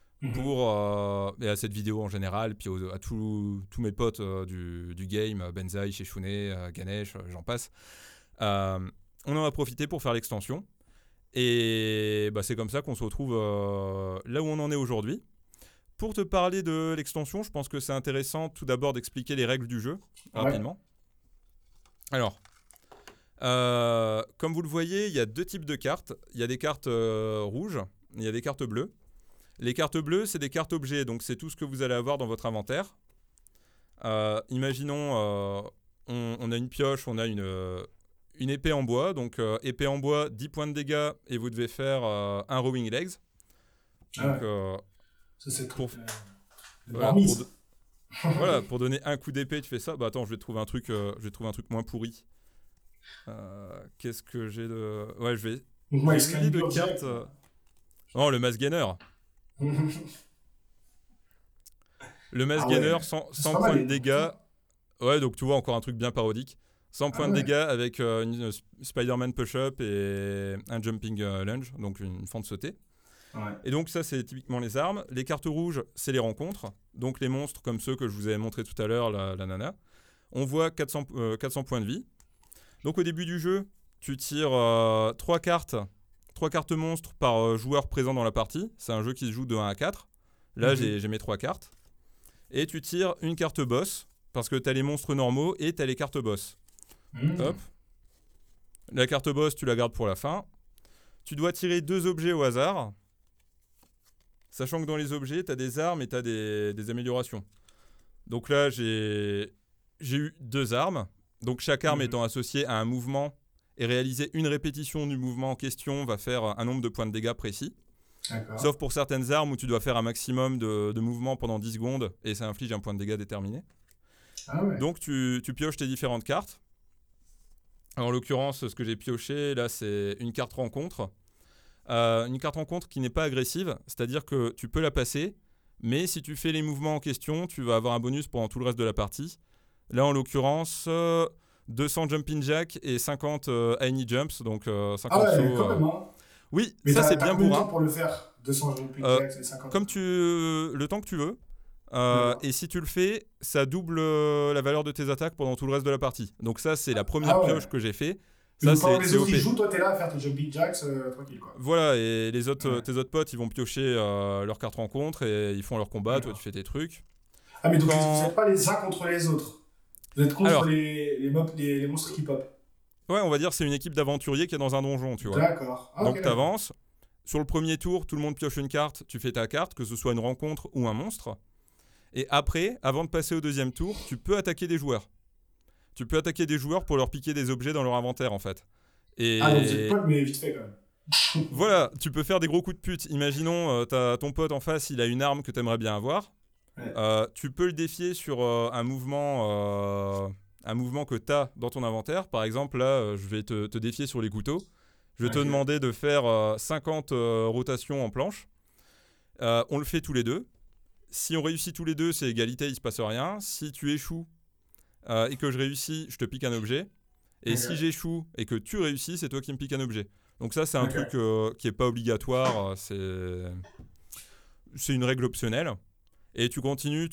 et à cette vidéo en général, puis à tous mes potes du game, Benzaï, Sheshune, Ganesh, j'en passe. On en a profité pour faire l'extension. Et c'est comme ça qu'on se retrouve là où on en est aujourd'hui. Pour te parler de l'extension, je pense que c'est intéressant tout d'abord d'expliquer les règles du jeu rapidement. Alors, comme vous le voyez, il y a 2 types de cartes. Il y a des cartes rouges, il y a des cartes bleues. Les cartes bleues, c'est des cartes objets, donc c'est tout ce que vous allez avoir dans votre inventaire. Imaginons, on a une pioche, on a une épée en bois. Donc épée en bois, 10 points de dégâts et vous devez faire un rowing legs. Donc Ça, c'est Pour, le voilà, normiste. voilà, pour donner un coup d'épée, tu fais ça. Bah attends, je vais trouver un truc moins pourri. Qu'est-ce que j'ai de... Ouais, Donc, j'ai moi, une idée de Excalibur carte. direct. Non, le Mass Gainer. Le Mass Ah Gainer, ouais, 100 c'est pas mal points de les noms, dégâts. ça. Ouais, donc tu vois, encore un truc bien parodique. 100 Ah points de ouais. dégâts avec une Spider-Man push-up et un jumping lunge, donc une fente sautée. Ouais. Et donc ça, c'est typiquement les armes. Les cartes rouges, c'est les rencontres. Donc les monstres comme ceux que je vous avais montré tout à l'heure, la nana. On voit 400 points de vie. Donc au début du jeu, tu tires 3 cartes monstres par joueur présent dans la partie. C'est un jeu qui se joue de 1 à 4. Là, j'ai mes 3 cartes. Et tu tires une carte boss, parce que tu as les monstres normaux et tu as les cartes boss. Hop. La carte boss, tu la gardes pour la fin. Tu dois tirer 2 objets au hasard. Sachant que dans les objets, tu as des armes et tu as des améliorations. Donc là, j'ai eu 2 armes. Donc chaque arme étant associée à un mouvement et réaliser une répétition du mouvement en question va faire un nombre de points de dégâts précis. D'accord. Sauf pour certaines armes où tu dois faire un maximum de mouvements pendant 10 secondes et ça inflige un point de dégâts déterminé. Ah ouais. Donc tu pioches tes différentes cartes. En l'occurrence, ce que j'ai pioché là, c'est une carte rencontre. Une carte rencontre qui n'est pas agressive, c'est-à-dire que tu peux la passer, mais si tu fais les mouvements en question, tu vas avoir un bonus pendant tout le reste de la partie. Là, en l'occurrence, 200 jumping jack et 50 any jumps, donc 50 Ah ouais, sauts. quand même, hein. Oui, Mais ça c'est t'as bien combien de temps bourrin. pour le faire? 200 jumping jacks et 50. Comme le temps que tu veux. D'accord. Et si tu le fais, ça double la valeur de tes attaques pendant tout le reste de la partie. Donc ça, c'est la première Ah ouais. pioche que j'ai fait. Mais Ça, donc, pendant que les c'est autres OP. ils jouent, toi t'es là à faire tes jumping jacks tranquille quoi. Voilà, et les autres, Ouais. tes autres potes, ils vont piocher leur carte rencontre et ils font leur combat. Toi, D'accord. tu fais tes trucs. Ah mais donc Quand- vous êtes pas les uns contre les autres. Vous êtes contre Alors- les monstres qui pop. Ouais, on va dire c'est une équipe d'aventuriers qui est dans un donjon, tu vois. D'accord. Ah, Donc ok, tu avances. Sur le premier tour, tout le monde pioche une carte, tu fais ta carte, que ce soit une rencontre ou un monstre. Et après, avant de passer au deuxième tour, tu peux attaquer des joueurs. Tu peux attaquer des joueurs pour leur piquer des objets dans leur inventaire, en fait. Et Ah donc vous êtes potes mais vite fait quand même. voilà, tu peux faire des gros coups de pute. Imaginons, t'as ton pote en face, il a une arme que t'aimerais bien avoir. Ouais. Tu peux le défier sur un mouvement que t'as dans ton inventaire. Par exemple, là, je vais te défier sur les couteaux. Je vais te Ok. demander de faire 50 rotations en planche. On le fait tous les deux. Si on réussit tous les deux, c'est égalité, il se passe rien. Si tu échoues et que je réussis, je te pique un objet. Et Ok. si j'échoue et que tu réussis, c'est toi qui me piques un objet. Donc ça, c'est un Ok. truc qui est pas obligatoire. C'est une règle optionnelle. Et tu continues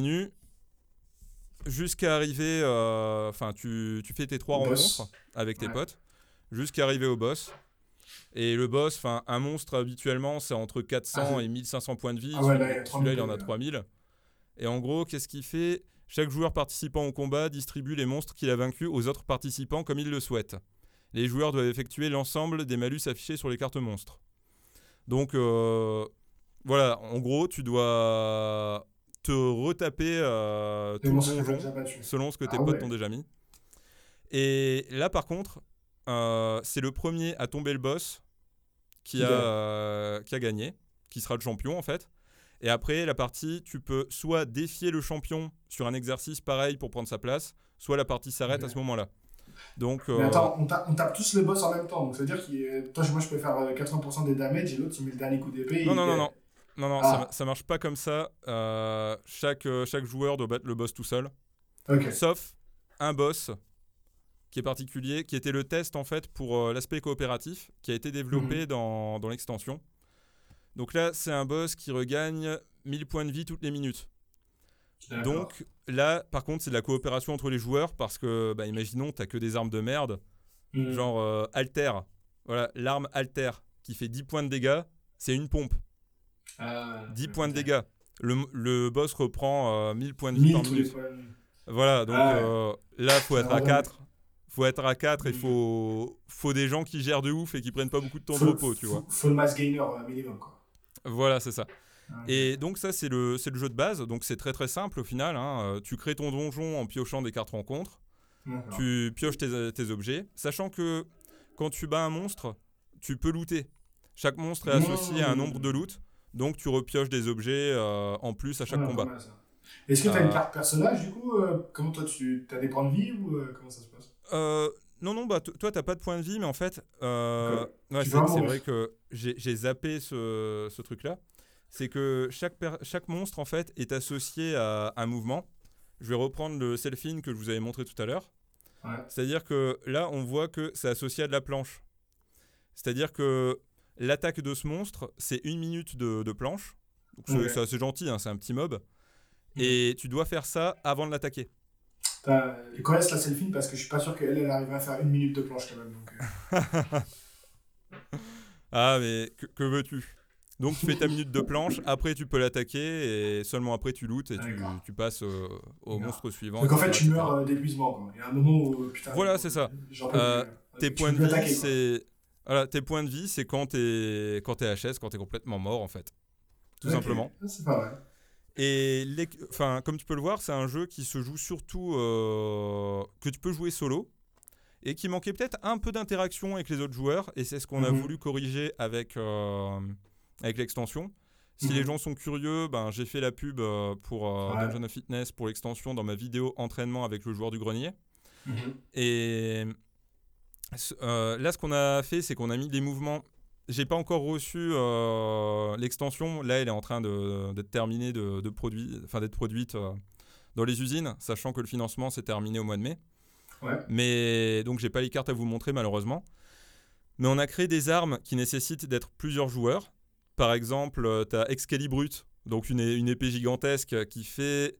jusqu'à arriver. Enfin, tu fais tes 3 Au boss. rencontres avec tes Ouais. potes jusqu'à arriver au boss. Et le boss, enfin, un monstre habituellement, c'est entre 400 et 1500 points de vie. Ah ouais, là, il y a 3000 Celui-là, il en a de- 3000. Et en gros, qu'est-ce qu'il fait? Chaque joueur participant au combat distribue les monstres qu'il a vaincus aux autres participants comme il le souhaite. Les joueurs doivent effectuer l'ensemble des malus affichés sur les cartes monstres. Donc, voilà, en gros, tu dois te retaper Les tout le monstres que t'as donjon déjà battus. selon ce que tes Ah potes ouais. t'ont déjà mis. Et là, par contre, c'est le premier à tomber le boss qui a gagné, qui sera le champion en fait. Et après la partie, tu peux soit défier le champion sur un exercice pareil pour prendre sa place, soit la partie s'arrête Ok. à ce moment-là. Donc, Mais attends, on tape tous le boss en même temps, donc ça veut dire que moi je peux faire 80% des damage et l'autre il met le dernier coup d'épée. non, Ah. ça marche pas comme ça. Chaque joueur doit battre le boss tout seul, Ok. sauf un boss qui est particulier, qui était le test en fait pour l'aspect coopératif, qui a été développé dans l'extension. Donc là, c'est un boss qui regagne 1000 points de vie toutes les minutes. D'accord. Donc là, par contre, c'est de la coopération entre les joueurs parce que, bah, imaginons, t'as que des armes de merde, genre Alter. Voilà, l'arme Alter qui fait 10 points de dégâts, c'est une pompe. 10 points de dégâts. Le boss reprend 1000 points de vie 1000 par tous les minute. points. Voilà, donc là, faut être à 4. Faut être à 4 et Mm. faut des gens qui gèrent de ouf et qui prennent pas beaucoup de temps de repos, tu vois. Faut le mass gainer minimum quoi. Voilà, c'est ça. Ok. Et donc ça, c'est le jeu de base. Donc c'est très très simple au final, hein. Tu crées ton donjon en piochant des cartes rencontres. D'accord. Tu pioches tes objets. Sachant que quand tu bats un monstre, tu peux looter. Chaque monstre est associé à un nombre de loot. Donc tu repioches des objets en plus à chaque combat. Ouais, est-ce que tu as une carte personnage du coup comment toi tu as des points de vie ou comment ça se passe? Non, bah toi t'as pas de point de vie, mais en fait, c'est vrai que j'ai zappé ce truc-là. C'est que chaque monstre en fait est associé à un mouvement. Je vais reprendre le selfie que je vous avais montré tout à l'heure. Ouais. C'est-à-dire que là, on voit que c'est associé à de la planche. C'est-à-dire que l'attaque de ce monstre, c'est 1 minute de planche. Donc c'est assez gentil, hein, c'est un petit mob. Et tu dois faire ça avant de l'attaquer. Et quand est-ce la selfie parce que je suis pas sûr qu'elle arrive à faire 1 minute de planche quand même. Donc, Ah, mais que veux-tu? Donc tu fais ta minute de planche, après tu peux l'attaquer et seulement après tu lootes et tu passes au monstre suivant. Donc en fait tu meurs d'épuisement quoi. Il y a un moment où putain. Voilà, c'est ça. Tes points de vie, c'est tes points de vie, c'est quand t'es HS, quand t'es complètement mort en fait, tout simplement. C'est pas vrai. Et comme tu peux le voir, c'est un jeu qui se joue surtout que tu peux jouer solo. Et qui manquait peut-être un peu d'interaction avec les autres joueurs, et c'est ce qu'on a voulu corriger avec l'extension. Si les gens sont curieux, ben, j'ai fait la pub pour Dungeon of Fitness pour l'extension dans ma vidéo entraînement avec le joueur du grenier. Et là, ce qu'on a fait, c'est qu'on a mis des mouvements. J'ai pas encore reçu l'extension. Là, elle est en train d'être terminée d'être produite dans les usines, sachant que le financement s'est terminé au mois de mai. Ouais. Mais donc j'ai pas les cartes à vous montrer malheureusement. Mais on a créé des armes qui nécessitent d'être plusieurs joueurs. Par exemple, tu as Excalibrute, donc une épée gigantesque qui fait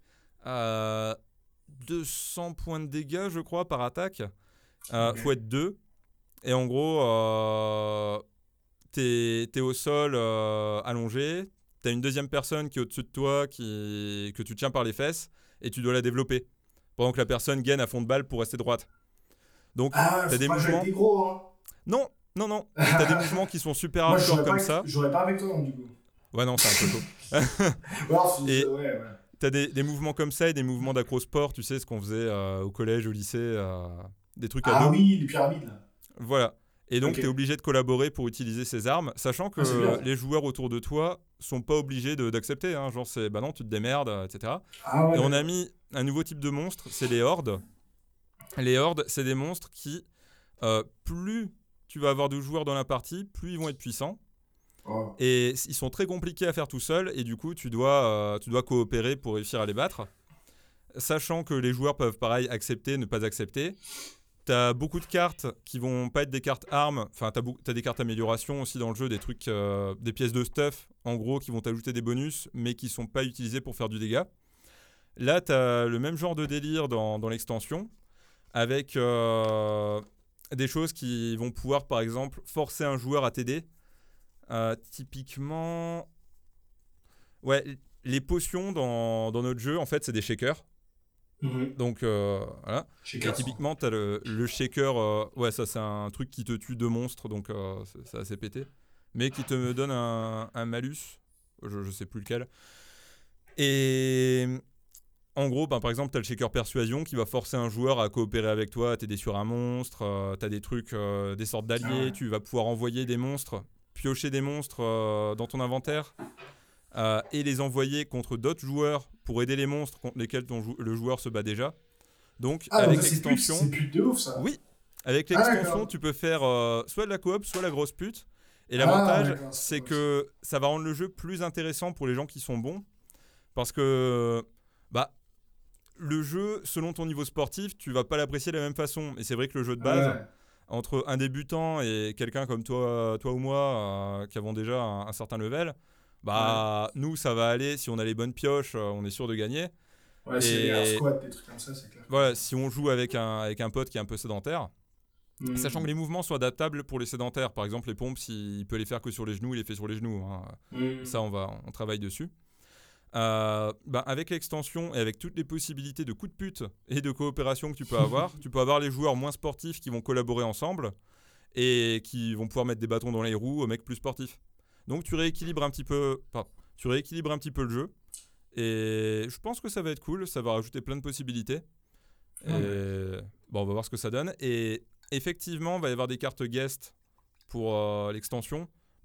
200 points de dégâts, je crois, par attaque. Faut être 2. Et en gros, t'es au sol allongé. T'as une deuxième personne qui est au-dessus de toi que tu tiens par les fesses et tu dois la développer. Pendant que la personne gaine à fond de balle pour rester droite. Donc, t'as des mouvements. Gros, hein. Non. T'as des mouvements qui sont super hardcore comme ça. J'aurais pas avec toi, du coup. Ouais, non, c'est un peu chaud. Et t'as des mouvements comme ça et des mouvements d'acrosport, tu sais, ce qu'on faisait au collège, au lycée, des trucs à dos. Ah oui, les pyramides, là. Voilà. Et donc, t'es obligé de collaborer pour utiliser ces armes, sachant que les joueurs autour de toi sont pas obligés d'accepter. Hein. Genre, c'est bah non, tu te démerdes, etc. Et on a mis un nouveau type de monstre, c'est les hordes. Les hordes, c'est des monstres qui, plus tu vas avoir de joueurs dans la partie, plus ils vont être puissants. Et ils sont très compliqués à faire tout seul, et du coup, tu dois coopérer pour réussir à les battre. Sachant que les joueurs peuvent, pareil, accepter, ne pas accepter. T'as beaucoup de cartes qui vont pas être des cartes armes. Enfin, t'as des cartes amélioration aussi dans le jeu, des trucs, des pièces de stuff, en gros, qui vont t'ajouter des bonus, mais qui sont pas utilisés pour faire du dégât. Là, t'as le même genre de délire dans l'extension, avec des choses qui vont pouvoir, par exemple, forcer un joueur à t'aider. Typiquement, les potions dans notre jeu, en fait, c'est des shakers. Donc voilà. Shaker, et typiquement t'as le shaker, ça c'est un truc qui te tue 2 monstres, donc c'est assez pété, mais qui te donne un malus, je sais plus lequel. Et en gros, par exemple, t'as le shaker persuasion qui va forcer un joueur à coopérer avec toi, à t'aider sur un monstre. T'as des trucs, des sortes d'alliés. Tu vas pouvoir envoyer des monstres, piocher des monstres dans ton inventaire. Et les envoyer contre d'autres joueurs pour aider les monstres contre lesquels le joueur se bat déjà. Donc, avec l'extension... C'est pute de ouf, ça. Oui, avec l'extension, tu peux faire soit de la coop, soit la grosse pute. Et l'avantage, c'est que ça va rendre le jeu plus intéressant pour les gens qui sont bons. Parce que le jeu, selon ton niveau sportif, tu vas pas l'apprécier de la même façon. Et c'est vrai que le jeu de base... Entre un débutant et quelqu'un comme toi ou moi qui avons déjà un certain level, nous ça va aller, si on a les bonnes pioches, on est sûr de gagner. Ouais, c'est les air squats, des trucs comme ça, c'est clair. Voilà, si on joue avec un pote qui est un peu sédentaire, sachant que les mouvements sont adaptables pour les sédentaires. Par exemple, les pompes, s'il peut les faire que sur les genoux, il les fait sur les genoux. Hein. Ça, on travaille dessus. Avec l'extension et avec toutes les possibilités de coups de pute et de coopération que tu peux avoir les joueurs moins sportifs qui vont collaborer ensemble et qui vont pouvoir mettre des bâtons dans les roues aux mecs plus sportifs. Donc tu rééquilibres un petit peu le jeu et je pense que ça va être cool, ça va rajouter plein de possibilités. Et on va voir ce que ça donne. Et effectivement, il va y avoir des cartes guest pour l'extension.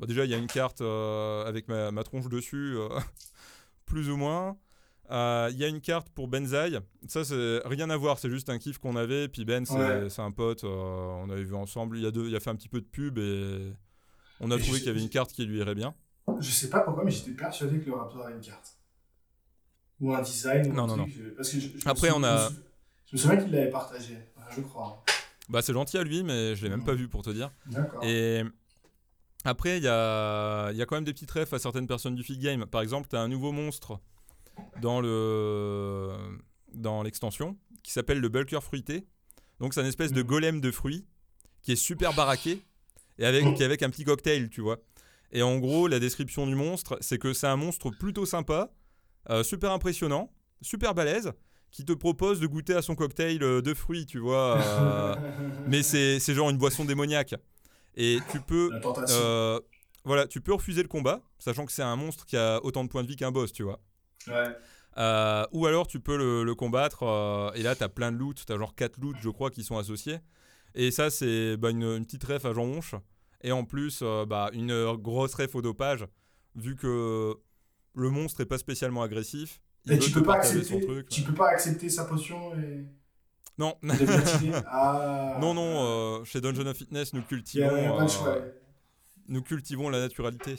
Bah, déjà, il y a une carte avec ma tronche dessus, plus ou moins. Il y a une carte pour Benzaï. Ça, c'est rien à voir, c'est juste un kiff qu'on avait. Puis Ben, c'est un pote, on avait vu ensemble. Il a fait un petit peu de pub et on a trouvé qu'il y avait une carte qui lui irait bien. Je sais pas pourquoi, mais j'étais persuadé que le Raptor avait une carte. Ou un design. Non. Parce que Après, on a. Je me souviens qu'il l'avait partagé, je crois. Bah, c'est gentil à lui, mais je l'ai même pas vu pour te dire. D'accord. Et après, il y a quand même des petits refs à certaines personnes du feed game. Par exemple, tu as un nouveau monstre dans l'extension qui s'appelle le Bulker fruité. Donc, c'est une espèce de golem de fruits qui est super baraqué et avec un petit cocktail, tu vois. Et en gros, la description du monstre, c'est que c'est un monstre plutôt sympa, super impressionnant, super balèze, qui te propose de goûter à son cocktail de fruits, tu vois. Mais c'est genre une boisson démoniaque. Et tu peux, tu peux refuser le combat, sachant que c'est un monstre qui a autant de points de vie qu'un boss, tu vois. Ouais. Ou alors tu peux le combattre, et là t'as plein de loot, t'as genre 4 loots je crois qui sont associés. Et ça c'est une petite ref à Jean Honche. Et en plus une grosse ref au dopage, vu que le monstre est pas spécialement agressif. Et tu peux pas accepter sa potion et... Non. Ah. Non, chez Dungeon of Fitness nous cultivons la naturalité.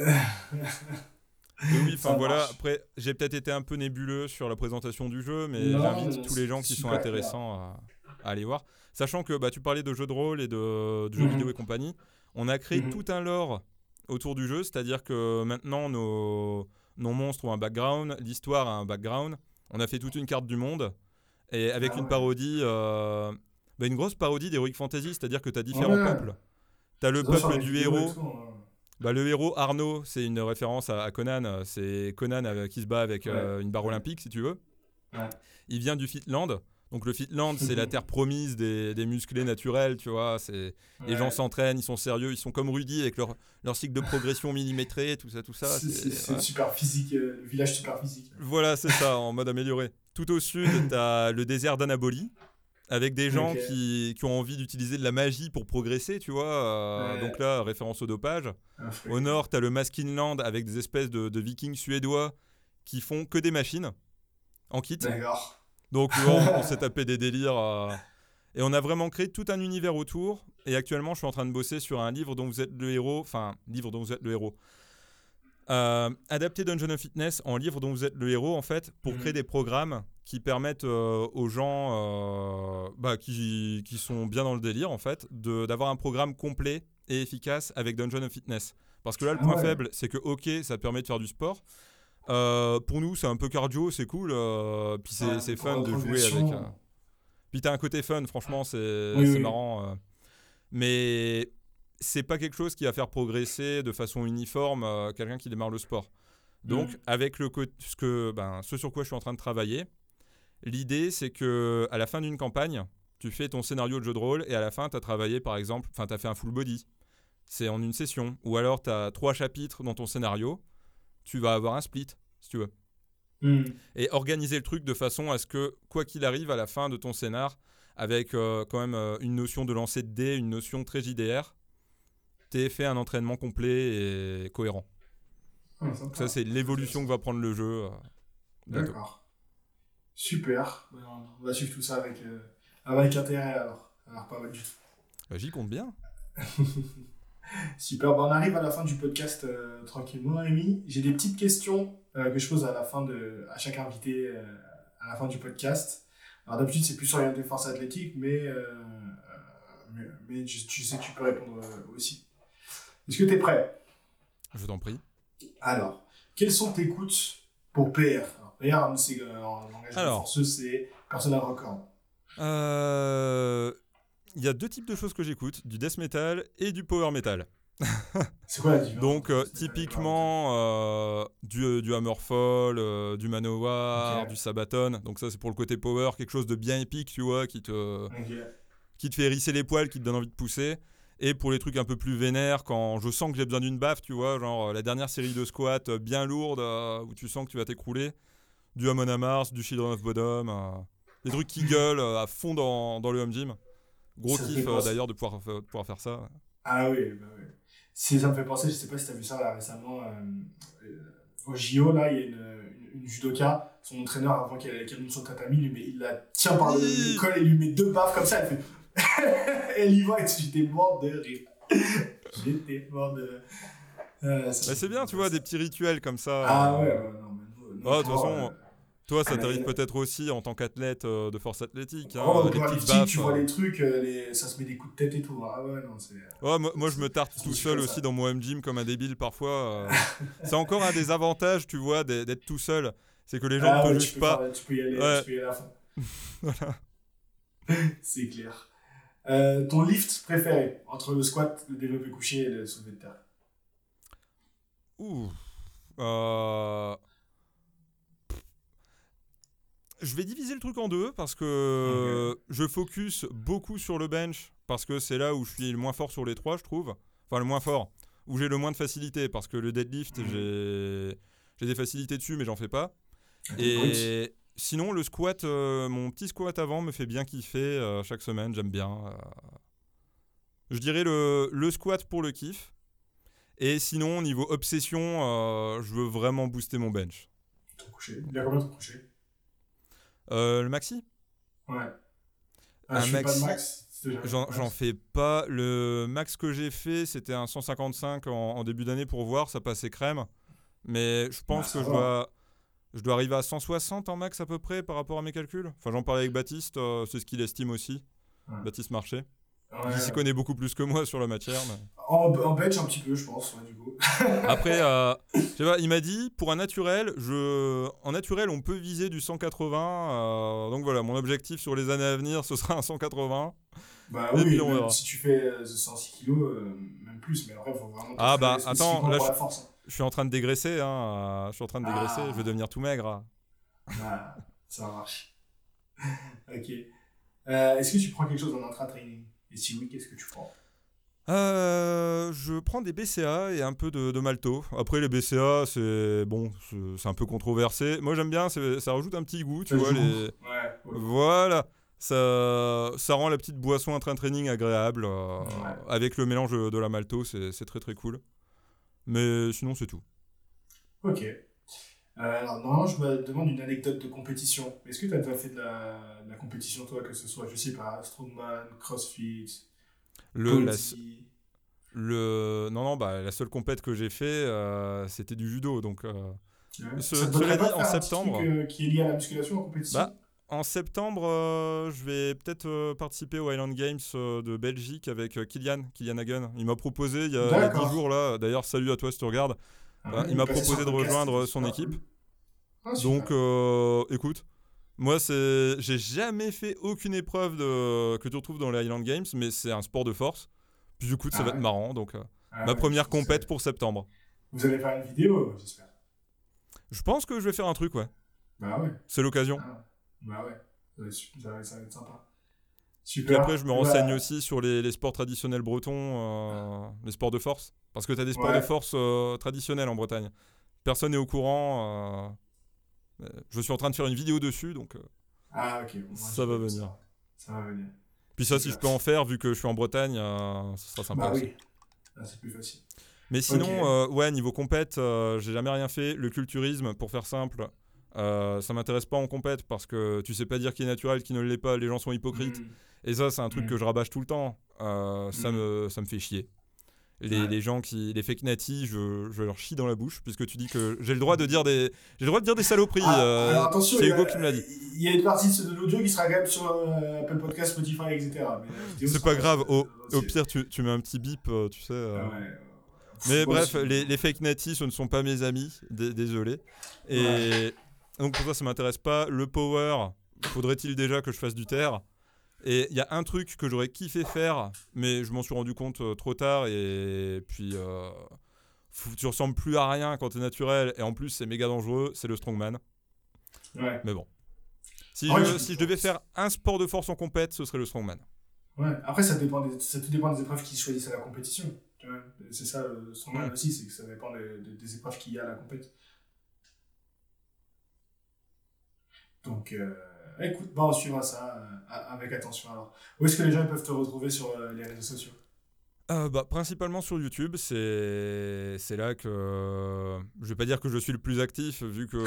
Oui, enfin voilà, après j'ai peut-être été un peu nébuleux sur la présentation du jeu, mais j'invite tous les gens qui sont intéressants à aller voir. Sachant que tu parlais de jeux de rôle et de jeux vidéo et compagnie, on a créé tout un lore autour du jeu, c'est-à-dire que maintenant nos monstres ont un background, l'histoire a un background, on a fait toute une carte du monde, et avec une parodie, une grosse parodie d'Heroic Fantasy, c'est-à-dire que tu as différents peuples. Tu as le peuple du héros. Le héros Arnaud, c'est une référence à Conan. C'est Conan qui se bat avec une barre olympique, si tu veux. Ouais. Il vient du Fitland. Donc le Fitland, c'est la terre promise des musclés naturels, tu vois. Les gens s'entraînent, ils sont sérieux, ils sont comme Rudy avec leur cycle de progression millimétré, tout ça. C'est super physique, le village super physique. Voilà, c'est ça, en mode amélioré. Tout au sud, tu as le désert d'Anaboli, avec des gens qui ont envie d'utiliser de la magie pour progresser, tu vois. Donc là, référence au dopage. Au nord, tu as le Maskinland avec des espèces de vikings suédois qui font que des machines en kit. D'accord. Donc on s'est tapé des délires. Et on a vraiment créé tout un univers autour. Et actuellement, je suis en train de bosser sur un livre dont vous êtes le héros. Enfin, livre dont vous êtes le héros. Adapter Dungeon of Fitness en livre dont vous êtes le héros, en fait, pour créer des programmes qui permettent aux gens qui sont bien dans le délire, en fait, d'avoir un programme complet et efficace avec Dungeon of Fitness. Parce que là, le point faible, c'est que, ok, ça permet de faire du sport. Pour nous, c'est un peu cardio, c'est cool. Puis c'est fun de jouer avec. Puis t'as un côté fun, franchement, c'est marrant. Mais c'est pas quelque chose qui va faire progresser de façon uniforme quelqu'un qui démarre le sport. Donc, avec ce sur quoi je suis en train de travailler, l'idée, c'est que à la fin d'une campagne, tu fais ton scénario de jeu de rôle et à la fin, tu as travaillé, par exemple, tu as fait un full body. C'est en une session. Ou alors, tu as 3 chapitres dans ton scénario. Tu vas avoir un split, si tu veux. Et organiser le truc de façon à ce que, quoi qu'il arrive, à la fin de ton scénar, avec quand même une notion de lancer de dés, une notion très JDR, t'aies fait un entraînement complet et cohérent. Ça, c'est l'évolution que va prendre le jeu. D'accord. Super. On va suivre tout ça avec intérêt alors. Alors, pas mal du tout. J'y compte bien. Super. On arrive à la fin du podcast tranquillement, Rémi. J'ai des petites questions que je pose à chaque invité à la fin du podcast. Alors, d'habitude, c'est plus orienté force athlétique, mais tu sais que tu peux répondre aussi. Est-ce que tu es prêt ? Je t'en prie. Alors, quelles sont tes écoutes pour PR ? PR, c'est en langage forceux, c'est personnel record. Il y a 2 types de choses que j'écoute, du death metal et du power metal. C'est quoi la différence ? Donc, typiquement, du Hammerfall, du Manowar, du Sabaton. Donc ça, c'est pour le côté power, quelque chose de bien épique, tu vois, qui te fait hérisser les poils, qui te donne envie de pousser. Et pour les trucs un peu plus vénères, quand je sens que j'ai besoin d'une baffe, tu vois, genre la dernière série de squats bien lourde, où tu sens que tu vas t'écrouler, du Amon Amarth, du Children of Bodom, des trucs qui gueulent à fond dans le home gym. Gros kiff d'ailleurs de pouvoir faire ça. Ah oui, bah oui. Ça me fait penser, je sais pas si tu as vu ça là, récemment, au JO, là, il y a une judoka, son entraîneur, avant qu'elle monte sur le tatami, il la tient par le col et lui met 2 baffes comme ça, elle fait. Elle y va et j'étais mort de rire. J'étais mort de rire. C'est bien, tu vois, des petits rituels comme ça. Ah ouais, non, mais de toute façon, toi, ça t'arrive peut-être aussi en tant qu'athlète de force athlétique. Hein, au les petites powerlifting, baffes. tu vois les trucs, ça se met des coups de tête et tout. Ah ouais, non, c'est. Moi, je me tarte tout seul aussi dans mon home gym comme un débile parfois. C'est encore un des avantages, tu vois, d'être tout seul. C'est que les gens ne te jugent pas. Tu peux y aller à fond. Voilà. C'est clair. Ton lift préféré entre le squat, le développé couché et le soulevé de terre? Je vais diviser le truc en deux parce que je focus beaucoup sur le bench parce que c'est là où je suis le moins fort sur les 3, je trouve. Enfin, le moins fort, où j'ai le moins de facilité parce que le deadlift, j'ai des facilités dessus, mais j'en fais pas. Et sinon, le squat, mon petit squat avant me fait bien kiffer chaque semaine, j'aime bien. Je dirais le squat pour le kiff. Et sinon, niveau obsession, je veux vraiment booster mon bench. Ton couché. Il y a combien de couché? Le maxi? Ouais. Un je maxi, fais pas de max. J'en fais pas. Le max que j'ai fait, c'était un 155 en début d'année pour voir, ça passait crème. Mais je pense que je dois arriver à 160 en max à peu près par rapport à mes calculs. Enfin, j'en parlais avec Baptiste, c'est ce qu'il estime aussi. Ouais. Baptiste Marché. Ouais. Il s'y connaît beaucoup plus que moi sur la matière. Mais... En bench un petit peu, je pense, du coup. Après, je sais pas, il m'a dit, pour un naturel, en naturel, on peut viser du 180. Donc voilà, mon objectif sur les années à venir, ce sera un 180. Bah oui, puis même si tu fais 106 kilos, même plus, mais après, il faut vraiment... Attends, là, la force, hein. Je suis en train de dégraisser, je vais devenir tout maigre. Ah, ça marche. Ok. Est-ce que tu prends quelque chose en intra-training? Et si oui, qu'est-ce que tu prends? Je prends des BCA et un peu de malto. Après, les BCA, c'est un peu controversé. Moi, j'aime bien, ça rajoute un petit goût, tu vois. Ouais. Voilà. Ça rend la petite boisson intra-training agréable. Avec le mélange de la malto, c'est très très cool. Mais sinon, c'est tout. Ok. Alors, normalement, je me demande une anecdote de compétition. Est-ce que tu as déjà fait de la compétition, toi, que ce soit, je sais pas, Strongman, CrossFit, la seule compète que j'ai fait, c'était du judo. Donc, cela dit, en septembre. Un truc qui est lié à la musculation en compétition? En septembre, je vais peut-être participer aux Highland Games de Belgique avec Kylian Hagen. Il m'a proposé il y a 10 jours, là. D'ailleurs, salut à toi si tu regardes. Il m'a proposé de rejoindre son équipe. Donc, écoute, moi, j'ai jamais fait aucune épreuve que tu retrouves dans les Highland Games, mais c'est un sport de force. Puis du coup, ça va être marrant. Donc, ma première compète pour septembre. Vous allez faire une vidéo, j'espère. Je pense que je vais faire un truc, ouais. Bah ouais. C'est l'occasion. Bah ouais, ça va être sympa. Super. Puis après, je me renseigne aussi sur les sports traditionnels bretons, les sports de force. Parce que tu as des sports de force traditionnels en Bretagne. Personne n'est au courant. Je suis en train de faire une vidéo dessus, donc ok. Ça va venir. Ça va venir. Puis ça, si je peux en faire, vu que je suis en Bretagne, ce sera sympa aussi. Oui, là, c'est plus facile. Mais sinon, niveau compète, j'ai jamais rien fait. Le culturisme, pour faire simple, ça m'intéresse pas en compète parce que tu sais pas dire qui est naturel, qui ne l'est pas, les gens sont hypocrites. Et ça, c'est un truc que je rabâche tout le temps. Ça me fait chier. Les gens les fake natis, je leur chie dans la bouche puisque tu dis que j'ai le droit de dire des saloperies. Alors attention, c'est Hugo qui me l'a dit. Il y a une partie de l'audio qui sera quand même sur Apple Podcast, Spotify, etc. C'est pas grave. Au pire, tu mets un petit bip, tu sais. Mais bref, les fake natis, ce ne sont pas mes amis. Désolé. Et donc pour ça m'intéresse pas. Le power, faudrait-il déjà que je fasse du terre? Et il y a un truc que j'aurais kiffé faire, mais je m'en suis rendu compte trop tard, et puis tu ressembles plus à rien quand t'es naturel, et en plus c'est méga dangereux, c'est le strongman. Ouais. Mais bon. Si je devais faire un sport de force en compète, ce serait le strongman. Ouais, après ça tout dépend des épreuves qu'ils choisissent à la compétition. C'est ça le strongman aussi, c'est que ça dépend des épreuves qu'il y a à la compète. Donc... écoute, on suivra ça avec attention alors. Où est-ce que les gens peuvent te retrouver sur les réseaux sociaux? Principalement sur YouTube, c'est là que je vais pas dire que je suis le plus actif vu que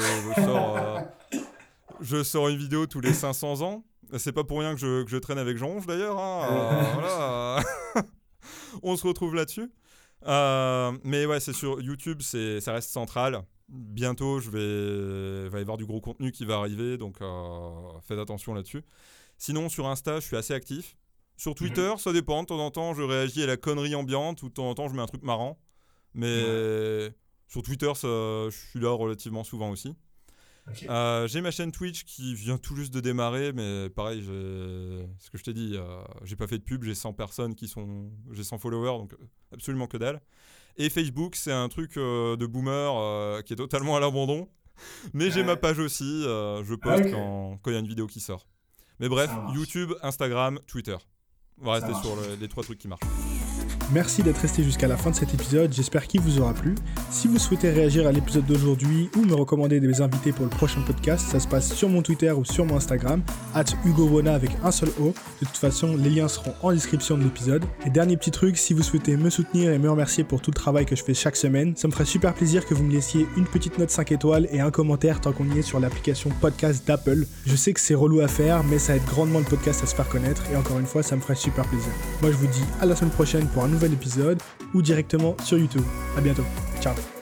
je sors une vidéo tous les 500 ans. C'est pas pour rien que je traîne avec Jean-Ronge d'ailleurs. Voilà. On se retrouve là-dessus. Mais ouais, c'est sur YouTube, ça reste central. Bientôt, va y avoir du gros contenu qui va arriver, donc faites attention là-dessus. Sinon, sur Insta, je suis assez actif. Sur Twitter, ça dépend. De temps en temps, je réagis à la connerie ambiante ou de temps en temps, je mets un truc marrant. Mais sur Twitter, je suis là relativement souvent aussi. Okay. J'ai ma chaîne Twitch qui vient tout juste de démarrer, mais pareil, ce que je t'ai dit, j'ai pas fait de pub, j'ai 100 personnes j'ai 100 followers, donc absolument que dalle. Et Facebook, c'est un truc de boomer qui est totalement à l'abandon. Mais j'ai ma page aussi, je poste quand il y a une vidéo qui sort. Mais bref, YouTube, Instagram, Twitter. On va rester sur les 3 trucs qui marchent. Merci d'être resté jusqu'à la fin de cet épisode, j'espère qu'il vous aura plu. Si vous souhaitez réagir à l'épisode d'aujourd'hui ou me recommander des invités pour le prochain podcast, ça se passe sur mon Twitter ou sur mon Instagram, @HugoBona avec un seul O. De toute façon, les liens seront en description de l'épisode. Et dernier petit truc, si vous souhaitez me soutenir et me remercier pour tout le travail que je fais chaque semaine, ça me ferait super plaisir que vous me laissiez une petite note 5 étoiles et un commentaire tant qu'on y est sur l'application podcast d'Apple. Je sais que c'est relou à faire, mais ça aide grandement le podcast à se faire connaître et encore une fois, ça me ferait super plaisir. Moi, je vous dis à la semaine prochaine pour un nouvel épisode ou directement sur YouTube. À bientôt. Ciao.